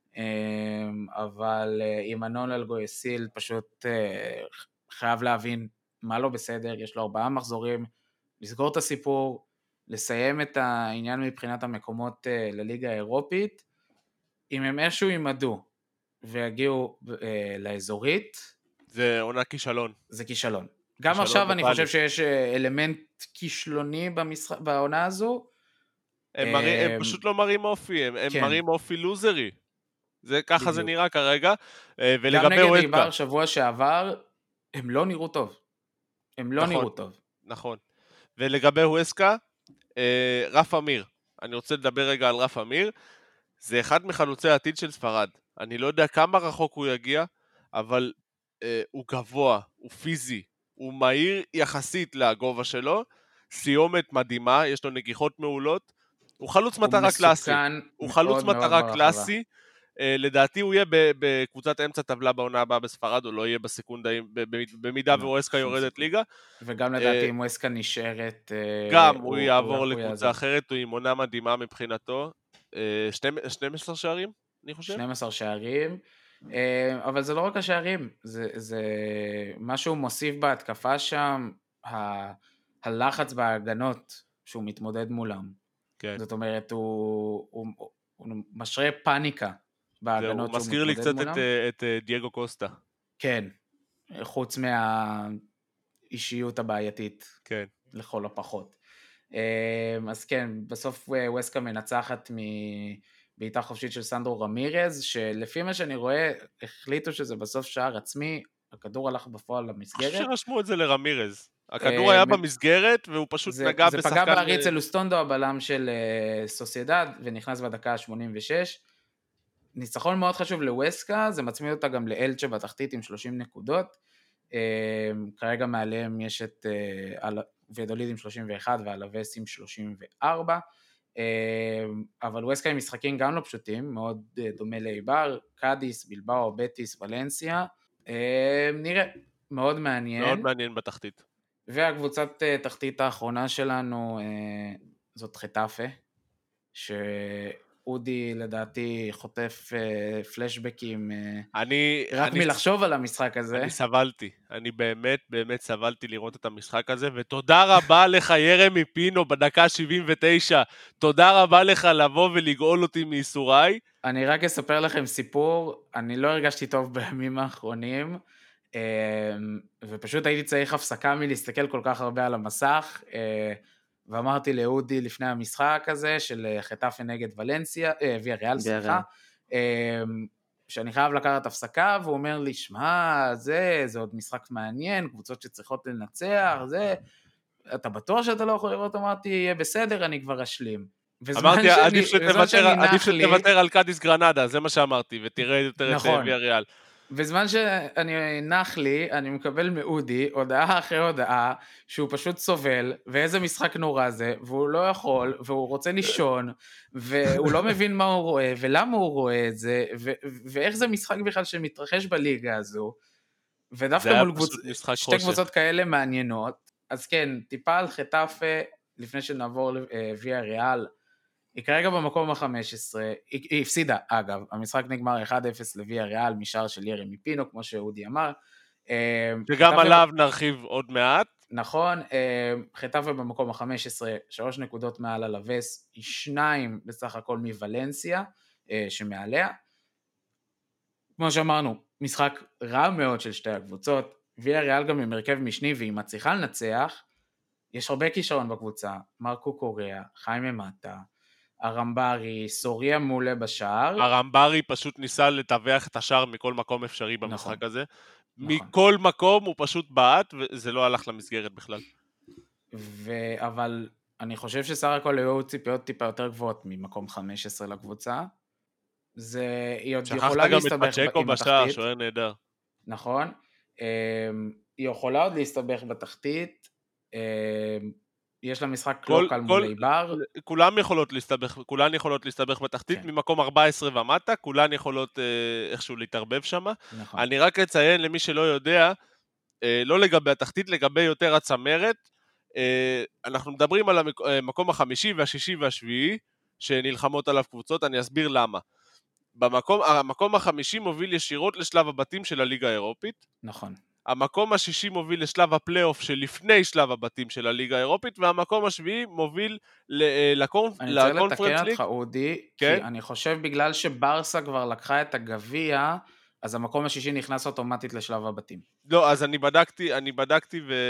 אבל עם אנון אלגויסיל פשוט uh, חייב להבין מה לא בסדר, יש לו ארבעה מחזורים, לסגור את הסיפור, לסיים את העניין מבחינת המקומות uh, לליגה האירופית, אם הם איזשהו יימדו ויגיעו uh, לאזורית, זה עונה כישלון. זה כישלון. גם כישלון עכשיו אני חושב שיש אלמנט כישלוני במשח... בעונה הזו. הם, uh, מראים, הם פשוט לא מראים אופי, הם, כן. הם מראים אופי לוזרי. זה, ככה בדיוק. זה נראה כרגע. Uh, גם נגד איבר שבוע שעבר, הם לא נראו טוב. הם לא נכון, נראו טוב. נכון. ולגבי הואסקה, רף אמיר, אני רוצה לדבר רגע על רף אמיר, זה אחד מחלוצי העתיד של ספרד, אני לא יודע כמה רחוק הוא יגיע, אבל אה, הוא גבוה, הוא פיזי, הוא מהיר יחסית לגובה שלו, סיומת מדהימה, יש לו נגיחות מעולות, הוא חלוץ הוא מטרה קלאסי, הוא חלוץ מטרה קלאסי, אה, לדעתי הוא יהיה בקבוצת אמצע טבלה בעונה הבאה בספרד, הוא לא יהיה בסקונדאים, במידה והואסקה יורדת ליגה. וגם לדעתי אם הואסקה נשארת... גם הוא יעבור לקבוצה אחרת, הוא עם עונה מדהימה מבחינתו. שנים עשר שערים, אני חושב? שנים עשר שערים, אבל זה לא רק השערים, זה משהו מוסיף בהתקפה שם, הלחץ בהגנות שהוא מתמודד מולם. זאת אומרת, הוא משרה פאניקה. הוא מזכיר לי קצת את, את דייגו קוסטה. כן, חוץ מהאישיות הבעייתית, כן. לכל הפחות. אז כן, בסוף ווסקה מנצחת מבעיטה חופשית של סנדרו רמירז, שלפי מה שאני רואה, החליטו שזה בסוף שער עצמי, הכדור הלך בפועל למסגרת. אני חושב שרשמו את זה לרמירז. הכדור היה במסגרת, והוא פשוט נגע בשחקן... זה פגע בעריץ אלוסטונדו, הבלם של סוסיידד, ונכנס בדקה ה-שמונים ושש. ניצחון מאוד חשוב לווסקה, זה מצמיד אותה גם לאלצ'ה בתחתית עם שלושים נקודות, כרגע מעליהם יש את וידוליד עם שלושים ואחת ואלווס עם שלושים וארבע, אבל ווסקה עם משחקים גם לא פשוטים, מאוד דומה לאיבר, קאדיס, בלבאו, בטיס, ולנסיה, נראה, מאוד מעניין. מאוד מעניין בתחתית. והקבוצת תחתית האחרונה שלנו זאת חטאפה, ש... אודי לדעתי חוטף uh, פלשבקים uh, אני, רק אני, מלחשוב על המשחק הזה. אני סבלתי, אני באמת באמת סבלתי לראות את המשחק הזה, ותודה רבה לך ירמי פינו בדקה שבעים ותשע, תודה רבה לך לבוא ולגאול אותי מייסוריי. אני רק אספר לכם סיפור, אני לא הרגשתי טוב בימים האחרונים, uh, ופשוט הייתי צריך הפסקה מלהסתכל כל כך הרבה על המסך, uh, ואמרתי לאודי לפני המשחק הזה, של חטאפה נגד ולנסיה, ויה ריאל, סליחה, שאני חייב לקחת הפסקה, והוא אומר לי, שמע, זה, זה עוד משחק מעניין, קבוצות שצריכות לנצח, זה, אתה בטוח שאתה לא יכול לראות, אמרתי, יהיה בסדר, אני כבר אשלים. אמרתי, עדיף שתוותר על קאדיס גרנדה, זה מה שאמרתי, ותראה יותר את ויה ריאל. בזמן שאני נח לי, אני מקבל מאודי, הודעה אחרי הודעה, שהוא פשוט סובל, ואיזה משחק נורא זה, והוא לא יכול, והוא רוצה לישון, והוא לא מבין מה הוא רואה, ולמה הוא רואה את זה, ואיך זה משחק בכלל שמתרחש בליגה הזו, ודווקא מול שתי קבוצות כאלה מעניינות, אז כן, טיפה על חטאפה, לפני שנעבור לוויה ריאל, היא כרגע במקום ה-חמש עשרה, היא, היא הפסידה, אגב, המשחק נגמר אחד אפס לוויה ריאל, משאר של ירמי פינו, כמו שאודי אמר. שגם עליו ו... נרחיב עוד מעט. נכון, חטאפה במקום ה-חמש עשרה, שלוש נקודות מעל הלווס, היא שניים בסך הכל מוולנסיה, שמעליה. כמו שאמרנו, משחק רע מאוד של שתי הקבוצות, וויה ריאל גם עם הרכב משני, והיא מצליחה לנצח, יש הרבה כישרון בקבוצה, מרקו קוריאה, חיימה מטה, הרמברי, סוריה מעולה בשער. הרמברי פשוט ניסה לטווח את השער מכל מקום אפשרי במשחק נכון, הזה. נכון. מכל מקום הוא פשוט בעט, וזה לא הלך למסגרת בכלל. ו... אבל אני חושב שסך הכל היו ציפיות טיפה יותר גבוהות ממקום חמש עשרה לקבוצה. זה... היא עוד יכולה להסתבך עם התחתית. בשער, שוער נהדר. נכון. היא יכולה עוד להסתבך בתחתית. יש לה משחק כל, לא קל מול איבר. כולם יכולות להסתבך, כולן יכולות להסתבך בתחתית, כן. ממקום ארבע עשרה ומטה, כולן יכולות אה, איכשהו להתערבב שם. נכון. אני רק אציין למי שלא יודע, אה, לא לגבי התחתית, לגבי יותר הצמרת, אה, אנחנו מדברים על המקום החמישי והשישי והשביעי, שנלחמות עליו קבוצות, אני אסביר למה. במקום, המקום החמישי מוביל ישירות לשלב הבתים של הליגה האירופית. נכון. המקום השישי מוביל לשלב הפלייאוף שלפני שלב הבתים של הליגה האירופית, והמקום השביעי מוביל לקונפרנס ליג. אני צריך לתקן אותך, אודי, כן? כי אני חושב בגלל שברסה כבר לקחה את הגביע, אז המקום השישי נכנס אוטומטית לשלב הבתים. לא, אז אני בדקתי, אני בדקתי ו...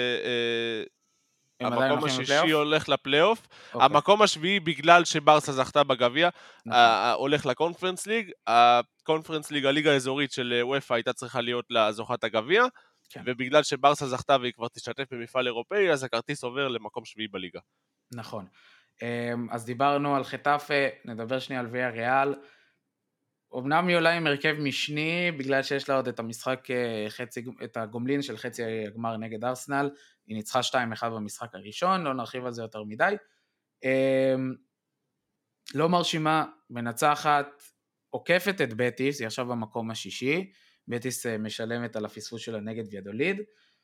המקום השישי הולך לפלייאוף, okay. המקום השביעי בגלל שברסה זכתה בגביע, נכון. הולך לקונפרנס ליג, הקונפרנס ליג, הליגה האזורית של וופא הייתה צריכה להיות לזוכת הגביע, כן. ובגלל שברסה זכתה והיא כבר תשתתף במפעל אירופאי, אז הכרטיס עובר למקום שביעי בליגה. נכון. אז דיברנו על חטאפה, נדבר שנייה על ויה ריאל, אמנם היא עולה עם הרכב משני, בגלל שיש לה עוד את המשחק, חצי, את הגומלין של חצי הגמר נגד ארסנל, היא ניצחה שתיים אחד במשחק הראשון, לא נרחיב על זה יותר מדי. לא מרשימה, מנצחת, עוקפת את בטיס, היא עכשיו במקום השישי, בטיס משלמת על הפספוס שלה נגד ויאדוליד.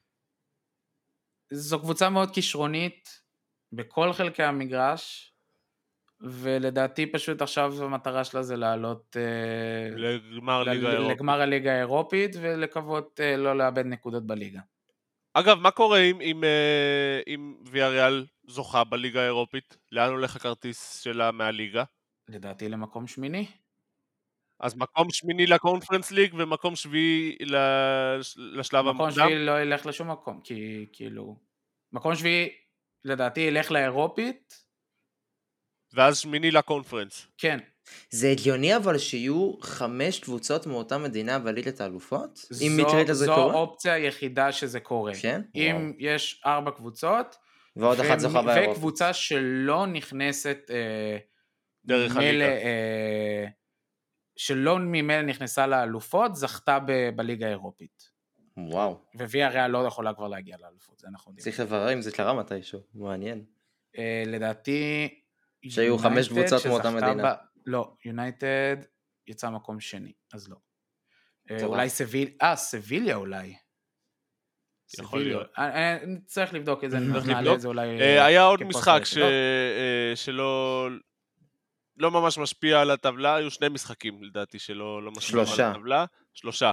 זו קבוצה מאוד כישרונית, בכל חלקי המגרש, ולדעתי פשוט עכשיו המטרה שלה זה לעלות לגמר, ל- ליגה לגמר הליגה האירופית, ולקוות לא לאבד נקודות בליגה. אגב, מה קורה אם, אם, אם ויה ריאל זוכה בליגה האירופית? לאן הולך הכרטיס שלה מהליגה? לדעתי למקום שמיני. אז מקום שמיני לקונפרנס ליג, ומקום שביעי לשלב המוקדם? מקום שביעי לא ילך לשום מקום, כי כאילו... מקום שביעי לדעתי ילך לאירופית, ואז שמיני לקונפרנס. כן. זה הגיוני אבל שיהיו חמש קבוצות מאותה מדינה בליגת האלופות? אם מתחילת הזה קורה? זו האופציה היחידה שזה קורה. כן? אם וואו. יש ארבע קבוצות, ועוד אחת זוכה באירופית. וקבוצה שלא נכנסת, דרך הליגה. אה, שלא ממילא נכנסה לאלופות, זכתה ב- בליגה האירופית. וואו. וויה ריאל לא יכולה כבר להגיע לאלופות, זה אנחנו יודעים. צריך לברר אם זה קרה מתישהו, מעניין. אה, לדעתי... שהיו חמש קבוצות מאותה מדינה. ב... לא, יונייטד יצא מקום שני, אז לא. אולי סביליה, אה, סביליה אולי. יכול להיות. צריך לבדוק את זה, נעלה את זה אולי... היה עוד משחק שלא לא ממש משפיע על הטבלה, היו שני משחקים לדעתי שלא משפיע על הטבלה. שלושה.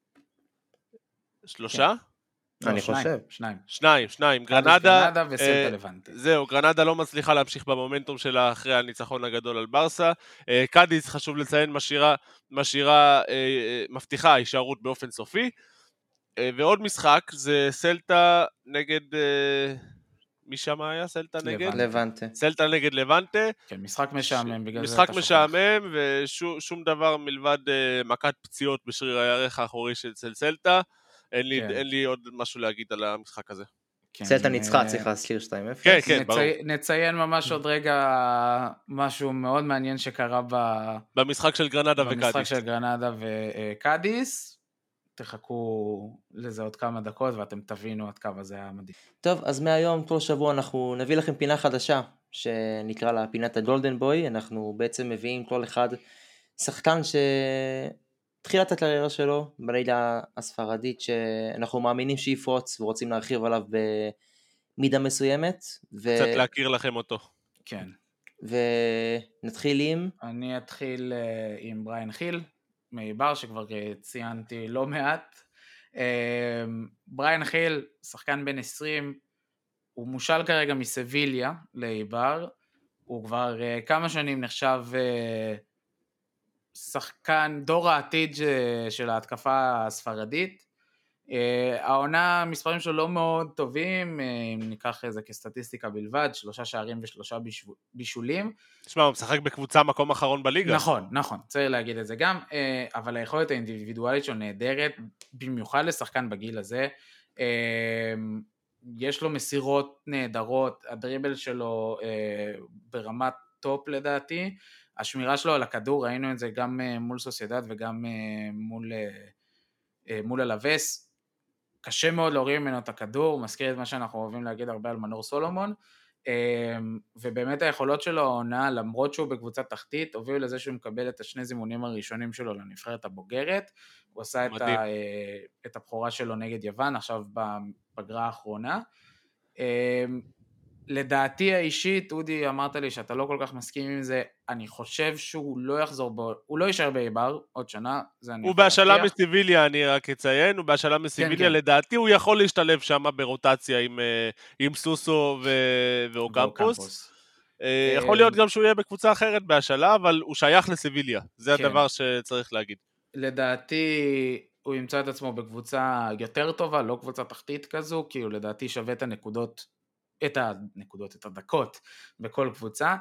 שלושה? אני חושב. שניים. שניים, שניים. גרנדה... גרנדה וסלטה לבנטה. זהו, גרנדה לא מצליחה להמשיך במומנטום שלה אחרי הניצחון הגדול על ברסה. קאדיס, חשוב לציין, משאירה, משאירה, מבטיחה הישארות באופן סופי. ועוד משחק, זה סלטה נגד... מי שם היה? סלטה נגד? לבנטה. סלטה נגד לבנטה. כן, משחק משעמם. בגלל משחק משעמם, ושום דבר מלבד מכת פציעות בשריר הירך האחורי של סלטה. אין לי, כן. אין לי עוד משהו להגיד על המשחק הזה. סלטה ניצחה, צריך להזכיר שתיים אפס. כן, כן, ברור. נציין ממש עוד רגע משהו מאוד מעניין שקרה במשחק של גרנדה וקאדיס. במשחק של גרנדה וקאדיס. תחכו לזה עוד כמה דקות ואתם תבינו עד כמה זה היה מדהים. טוב, אז מהיום כל שבוע אנחנו נביא לכם פינה חדשה שנקרא לה פינת הגולדן בוי. אנחנו בעצם מביאים כל אחד שחקן שתחילת הקריירה שלו בליגה הספרדית שאנחנו מאמינים שיפרוץ ורוצים להרחיב עליו במידה מסוימת. ו... קצת להכיר לכם אותו. כן. ונתחיל עם... אני אתחיל uh, עם בריין חיל. מאיבר שכבר ציינתי לא מעט. בריין חיל, שחקן בן עשרים, הוא מושל כרגע מסביליה לאיבר, הוא כבר כמה שנים נחשב שחקן דור העתיד של ההתקפה הספרדית. העונה, המספרים שלו לא מאוד טובים, אם ניקח איזה כסטטיסטיקה בלבד, שלושה שערים ושלושה בישולים. תשמע, הוא משחק בקבוצה מקום אחרון בליגה. נכון, נכון, צריך להגיד את זה גם, אבל היכולת האינדיבידואלית שלו נהדרת, במיוחד לשחקן בגיל הזה, יש לו מסירות נהדרות, הדריבל שלו ברמת טופ לדעתי, השמירה שלו על הכדור, ראינו את זה גם מול סוסיידד וגם מול, מול הלווס, קשה מאוד להוריד ממנו את הכדור, מזכיר את מה שאנחנו אוהבים להגיד הרבה על מנור סולומון, ובאמת היכולות שלו העונה, למרות שהוא בקבוצת תחתית, הובילו לזה שהוא מקבל את השני זימונים הראשונים שלו לנבחרת הבוגרת, הוא עשה את, ה, את הבחורה שלו נגד יוון, עכשיו בפגרה האחרונה, לדעתי האישית, אודי אמרת לי שאתה לא כל כך מסכים עם זה, אני חושב שהוא לא יחזור בו, הוא לא יישאר באיבר עוד שנה, זה אני הוא בהשאלה מסיביליה, אני רק אציין, הוא בהשאלה מסיביליה, כן, כן. לדעתי הוא יכול להשתלב שם ברוטציה עם, עם סוסו ו... ואוקמפוס. יכול להיות גם שהוא יהיה בקבוצה אחרת בהשאלה, אבל הוא שייך לסיביליה, זה כן. הדבר שצריך להגיד. לדעתי הוא ימצא את עצמו בקבוצה יותר טובה, לא קבוצה תחתית כזו, כי הוא לדעתי שווה את הנקודות, את הנקודות, את הדקות בכל קבוצה,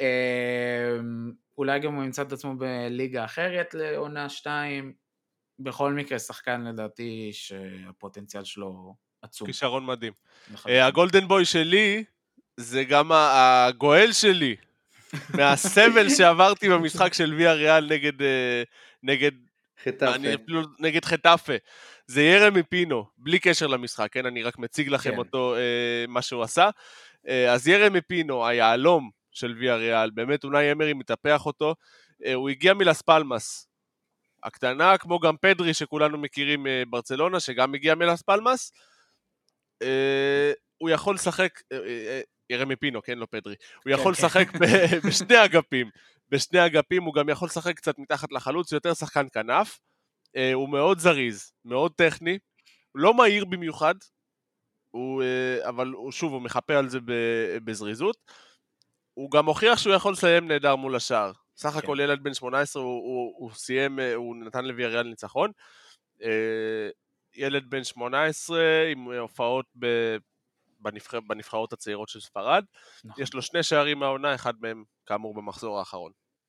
אולי גם הוא ימצא את עצמו בליגה אחרת לעונה שתיים, בכל מקרה שחקן לדעתי שהפוטנציאל שלו עצום. כישרון מדהים. הגולדן בוי שלי, זה גם הגואל שלי, מהסבל שעברתי במשחק של ויה ריאל נגד, נגד, חטאפה. אני אפילו נגד חטאפה. זה ירמי פינו, בלי קשר למשחק, כן? אני רק מציג לכם כן. אותו, אה, מה שהוא עשה. אה, אז ירמי פינו, היעלום של ויה ריאל, באמת אולי אמרי מתהפך אותו, אה, הוא הגיע מלס פלמאס, הקטנה, כמו גם פדרי שכולנו מכירים אה, ברצלונה, שגם הגיע מלס פלמאס, אה, הוא יכול לשחק, אה, אה, ירמי פינו, כן, לא פדרי, הוא יכול לשחק כן. ב- בשני אגפים, בשני אגפים הוא גם יכול לשחק קצת מתחת לחלוץ, יותר שחקן כנף, הוא מאוד זריז, מאוד טכני, לא מהיר במיוחד, הוא, אבל הוא, שוב, הוא מחפה על זה בזריזות, הוא גם הוכיח שהוא יכול לסיים נהדר מול השאר, סך הכל ילד בן שמונה עשרה, הוא, הוא, הוא סיים, הוא נתן לוויה ריאל ניצחון, ילד בן שמונה עשרה עם הופעות בנבחר, בנבחרות הצעירות של ספרד, נכון. יש לו שני שערים מהעונה, אחד מהם כאמור במחזור האחרון.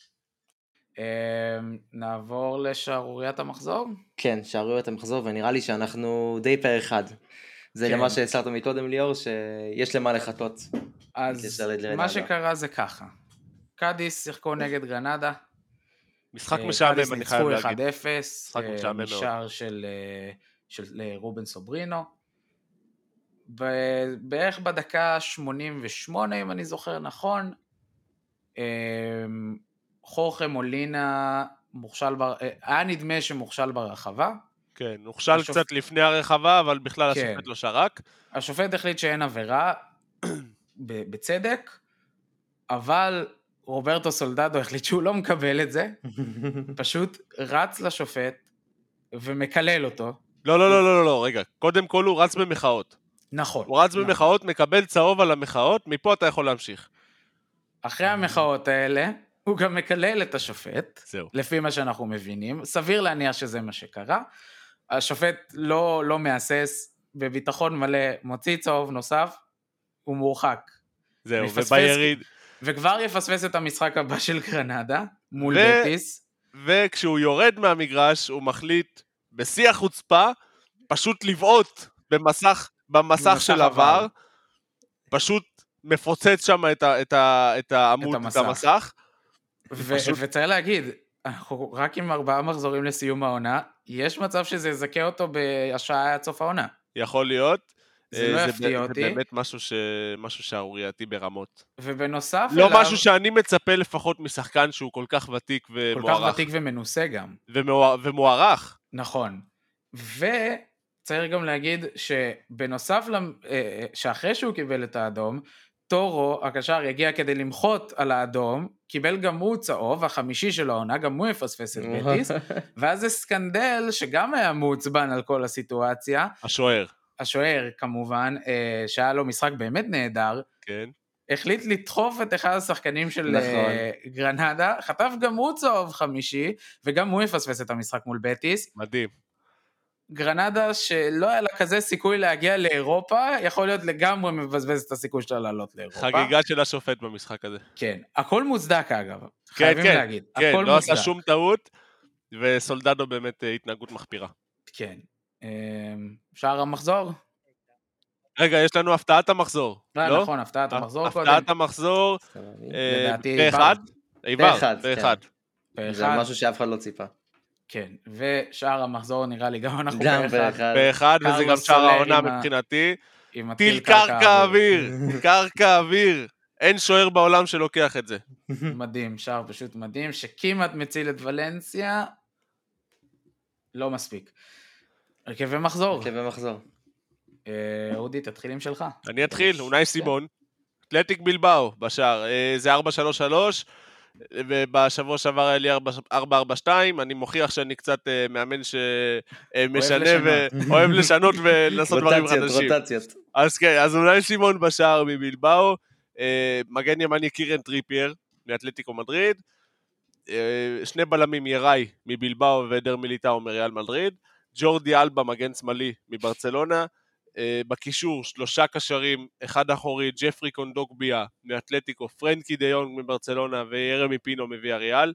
נעבור לשערוריית המחזור? כן, שערוריית המחזור, ונראה לי שאנחנו די פר אחד. זה למה שהסרת מקודם ליאור, שיש למה לחכות. אז מה שקרה זה ככה. קאדיס שיחקו נגד גרנדה. משחק משעמם, אני חייב להגיד. קאדיס ניצחו אחד אפס, משער של רובן סוברינו. בערך בדקה שמונים ושמונה, אם אני זוכר נכון, חורכה מולינה מוכשל, בר... היה נדמה שמוכשל ברחבה. כן, מוכשל השופ... קצת לפני הרחבה, אבל בכלל כן. השופט לא שרק. השופט החליט שאין עבירה, בצדק, אבל רוברטו סולדדו החליט שהוא לא מקבל את זה, פשוט רץ לשופט ומקלל אותו. לא, לא, לא, לא, לא, רגע, קודם כל הוא רץ במחאות. נכון. הוא רץ נכון. במחאות, מקבל צהוב על המחאות, מפה אתה יכול להמשיך. אחרי המחאות האלה, הוא גם מקלל את השופט, זהו. לפי מה שאנחנו מבינים, סביר להניח שזה מה שקרה, השופט לא, לא מאסס, בביטחון מלא, מוציא צהוב נוסף, הוא מורחק. זהו, וביריד. וכבר יפספס את המשחק הבא של גרנדה, מול ו... בטיס. וכשהוא יורד מהמגרש, הוא מחליט, בשיא החוצפה, פשוט לבעוט במסך, במסך של עבר, פשוט מפוצץ שם את, ה, את, ה, את העמוד, את המסך. וצריך להגיד, אנחנו רק עם ארבעה מחזורים לסיום העונה, יש מצב שזה יזכה אותו בהשעה עד סוף העונה. יכול להיות. זה לא יפתיע אותי. זה באמת משהו, ש... משהו שערורייתי ברמות. ובנוסף לא אליו... משהו שאני מצפה לפחות משחקן שהוא כל כך ותיק ומוערך. כל כך ותיק ומנוסה גם. ומוע... ומוערך. נכון. וצריך גם להגיד שבנוסף, למ... שאחרי שהוא קיבל את האדום, טורו, הקשר, יגיע כדי למחות על האדום, קיבל גם הוא צהוב, החמישי של העונה, גם הוא יפספס את בטיס, ואז זה סקנדל שגם היה מעוצבן על כל הסיטואציה. השוער. השוער, כמובן, שהיה לו משחק באמת נהדר, כן. החליט לדחוף את אחד השחקנים של נכון. גרנדה, חטף גם הוא צהוב חמישי, וגם הוא יפספס את המשחק מול בטיס. מדהים. גרנדה שלא היה לה כזה סיכוי להגיע לאירופה, יכול להיות לגמרי מבזבז את הסיכוי שלה לעלות לאירופה. חגיגה של השופט במשחק הזה. כן, הכל מוצדק אגב, כן, חייבים כן, להגיד. כן, הכל לא מוצדק. עשה שום טעות, וסולדדו באמת התנהגות מחפירה. כן. שער המחזור? רגע, יש לנו הפתעת המחזור, לא? נכון, הפתעת המחזור קודם. הפתעת המחזור, באחד. באחד. באחד. זה משהו שאף אחד לא ציפה. כן, ושער המחזור נראה לי גם אנחנו באחד. באחד, וזה גם שער העונה מבחינתי. טיל קרקע אוויר, קרקע אוויר. אין שוער בעולם שלוקח את זה. מדהים, שער פשוט מדהים, שכמעט מציל את ולנסיה, לא מספיק. הרכבי מחזור. הרכבי מחזור. אודי, תתחיל עם שלך. אני אתחיל, אונאי סימון. אתלטיק בלבאו בשער. זה ארבע שלוש שלוש, ובשבוע שעבר היה לי ארבע ארבע שתיים, אני מוכיח שאני קצת מאמן שמשנה ואוהב לשנות ולעשות דברים חדשים. רוטציות, רוטציות. אז כן, אז אונאי סימון בשער מבלבאו, מגן ימני קירן טריפייר, מאתלטיקו מדריד, שני בלמים יראי מבלבאו ודר מיליטאו מריאל מדריד, ג'ורדי אלבה מגן שמאלי מברצלונה, בקישור שלושה קשרים, אחד אחורי, ג'פרי קונדוגביה מאתלטיקו, פרנקי דיונג מברצלונה וירמי פינו מוויאריאל,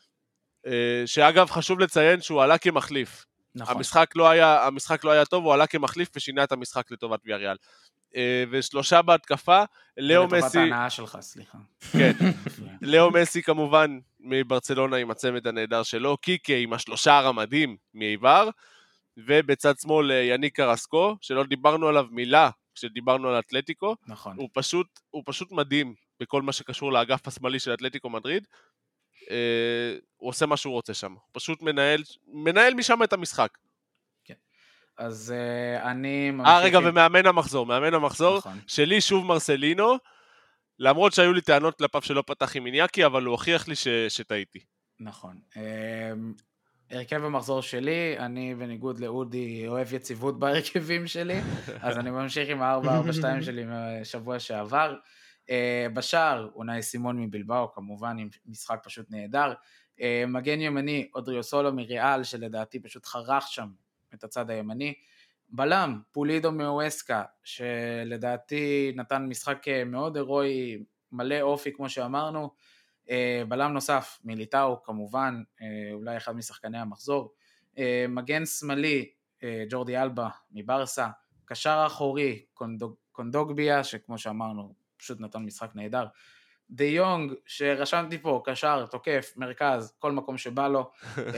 שאגב חשוב לציין שהוא עלה כמחליף. נכון. המשחק לא היה, המשחק לא היה טוב, הוא עלה כמחליף ושינה את המשחק לטובת ויאריאל. ושלושה בהתקפה, לאו מסי... לטובת ההנאה שלך, סליחה. כן, לאו מסי כמובן מברצלונה עם הצמד הנהדר שלו, קיקה עם השלושה הרמדים מאיבר, ובצד שמאל יניק קרסקו, שלא דיברנו עליו מילה כשדיברנו על אתלטיקו, נכון. הוא פשוט, הוא פשוט מדהים בכל מה שקשור לאגף השמאלי של אתלטיקו מדריד, אה, הוא עושה מה שהוא רוצה שם, הוא פשוט מנהל, מנהל משם את המשחק. כן. אז אה, אני... אה רגע, ומאמן המחזור, מאמן המחזור, נכון. שלי שוב מרסלינו, למרות שהיו לי טענות כלפיו שלא פתח עם איניאקי, אבל הוא הוכיח לי ש, שטעיתי. נכון. אה... הרכב המחזור שלי, אני בניגוד לאודי אוהב יציבות בהרכבים שלי, אז אני ממשיך עם ה-ארבע ארבע שתיים שלי משבוע שעבר. בשער, אונאי סימון מבלבאו, כמובן עם משחק פשוט נהדר. מגן ימני, אודריוסולו מריאל, שלדעתי פשוט חרך שם את הצד הימני. בלם, פולידו מאווסקה, שלדעתי נתן משחק מאוד הירואי, מלא אופי כמו שאמרנו. בלם נוסף, מיליטאו כמובן, אולי אחד משחקני המחזור, מגן שמאלי, ג'ורדי אלבה מברסה, קשר אחורי, קונדוג, קונדוגביה, שכמו שאמרנו, פשוט נתן משחק נהדר, די יונג, שרשמתי פה, קשר, תוקף, מרכז, כל מקום שבא לו,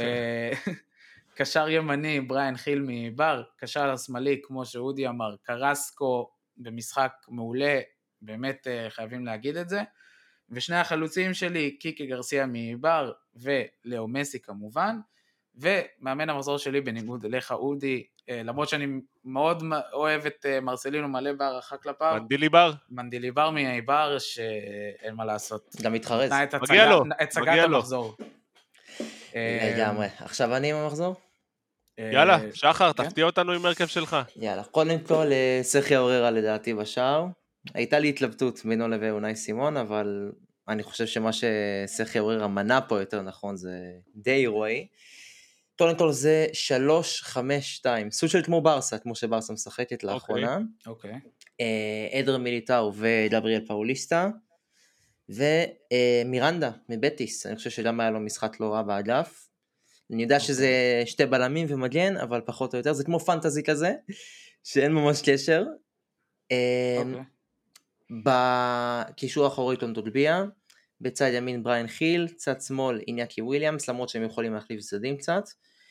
קשר ימני, בריין חיל מבר, קשר שמאלי, כמו שאודי אמר, קרסקו, במשחק מעולה, באמת חייבים להגיד את זה, ושני החלוצים שלי, קיקי גרסיה מבר ולאו מסי כמובן, ומאמן המחזור שלי בניגוד אליך אודי, למרות שאני מאוד אוהב את מרסלינו מלא בהערכה כלפיו. מנדילי בר? מנדילי בר מאיבר שאין מה לעשות. גם מתחרז. מגיע לו, הצגת המחזור. לגמרי. עכשיו אני עם המחזור? יאללה, שחר, תפתיע אותנו עם הרכב שלך. יאללה, קודם כל סרחי אוררה לדעתי בשער. הייתה לי התלבטות בינו לבין אונאי סימון, אבל אני חושב שמה שסרחי אוררה מנה פה יותר נכון זה די הירואי. קודם כל זה שלוש חמש שתיים, סוג של כמו ברסה, כמו שברסה משחקת לאחרונה. אוקיי. אדר מיליטאו ודבריאל פאוליסטה, ומירנדה מבטיס, אני חושב שגם היה לו משחק לא רע באגף. אני יודע שזה שתי בלמים ומגן, אבל פחות או יותר, זה כמו פנטזי כזה. שאין ממש קשר. אוקיי. בקישור האחורי טונדולביה, בצד ימין בריין חיל, צד שמאל איניאקי וויליאמס, למרות שהם יכולים להחליף צדדים קצת,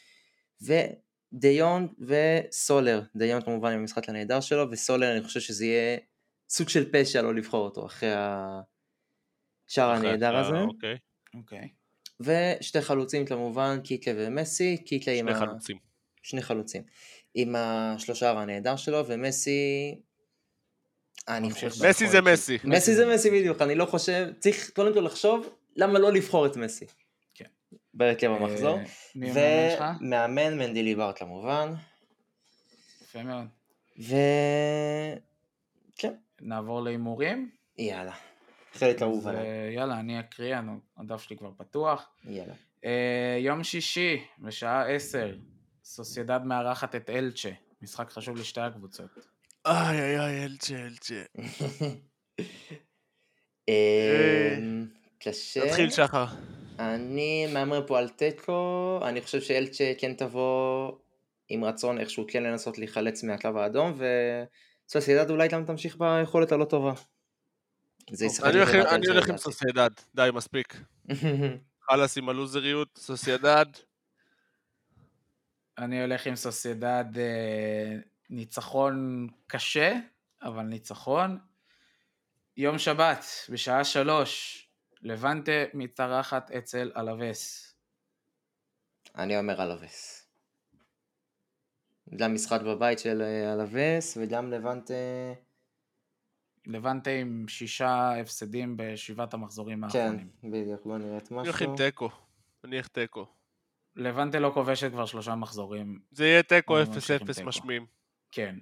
ודיון וסולר, דיון כמובן עם המשחק הנהדר שלו, וסולר אני חושב שזה יהיה סוג של פשע לא לבחור אותו אחרי השער הנהדר הזה. אוקיי. אוקיי. ושתי חלוצים כמובן, קיטלה ומסי, קיטלה עם שני ה... חלוצים. שני חלוצים. עם השלושה הנהדר שלו, ומסי... אני חושב... מסי זה מסי. מסי זה מסי בדיוק, אני לא חושב, צריך קודם כל לחשוב למה לא לבחור את מסי. כן. בהרכב המחזור. מי המאמן שלך? ומאמן מנדילי בר כמובן. יפה מאוד. ו... כן. נעבור להימורים? יאללה. חלק אהוב עליי. יאללה, אני אקריא, הדף שלי כבר פתוח. יאללה. יום שישי, בשעה עשר, סוסיידד מארחת את אלצ'ה. משחק חשוב לשתי הקבוצות. איי איי איי, אלצ'ה, אלצ'ה. קשה. תתחיל שחר. אני מאמר פה על תיקו, אני חושב שאלצ'ה כן תבוא עם רצון איכשהו כן לנסות להיחלץ מהקו האדום, וסוסיידד אולי גם תמשיך ביכולת הלא טובה. אני הולך עם סוסיידד, די מספיק. חלס עם הלוזריות, סוסיידד. אני הולך עם סוסיידד ניצחון קשה, אבל ניצחון. יום שבת, בשעה שלוש, לבנטה מתארחת אצל אלווס. אני אומר אלווס. גם משחק בבית של אלווס, וגם לבנטה... לבנטה עם שישה הפסדים בשבעת המחזורים האחרונים. כן, בדיוק, בוא נראה את משהו. אני הולך עם טקו, אני הולך טקו. לבנטה לא כובשת כבר שלושה מחזורים. זה יהיה טקו אפס אפס משמים. כן.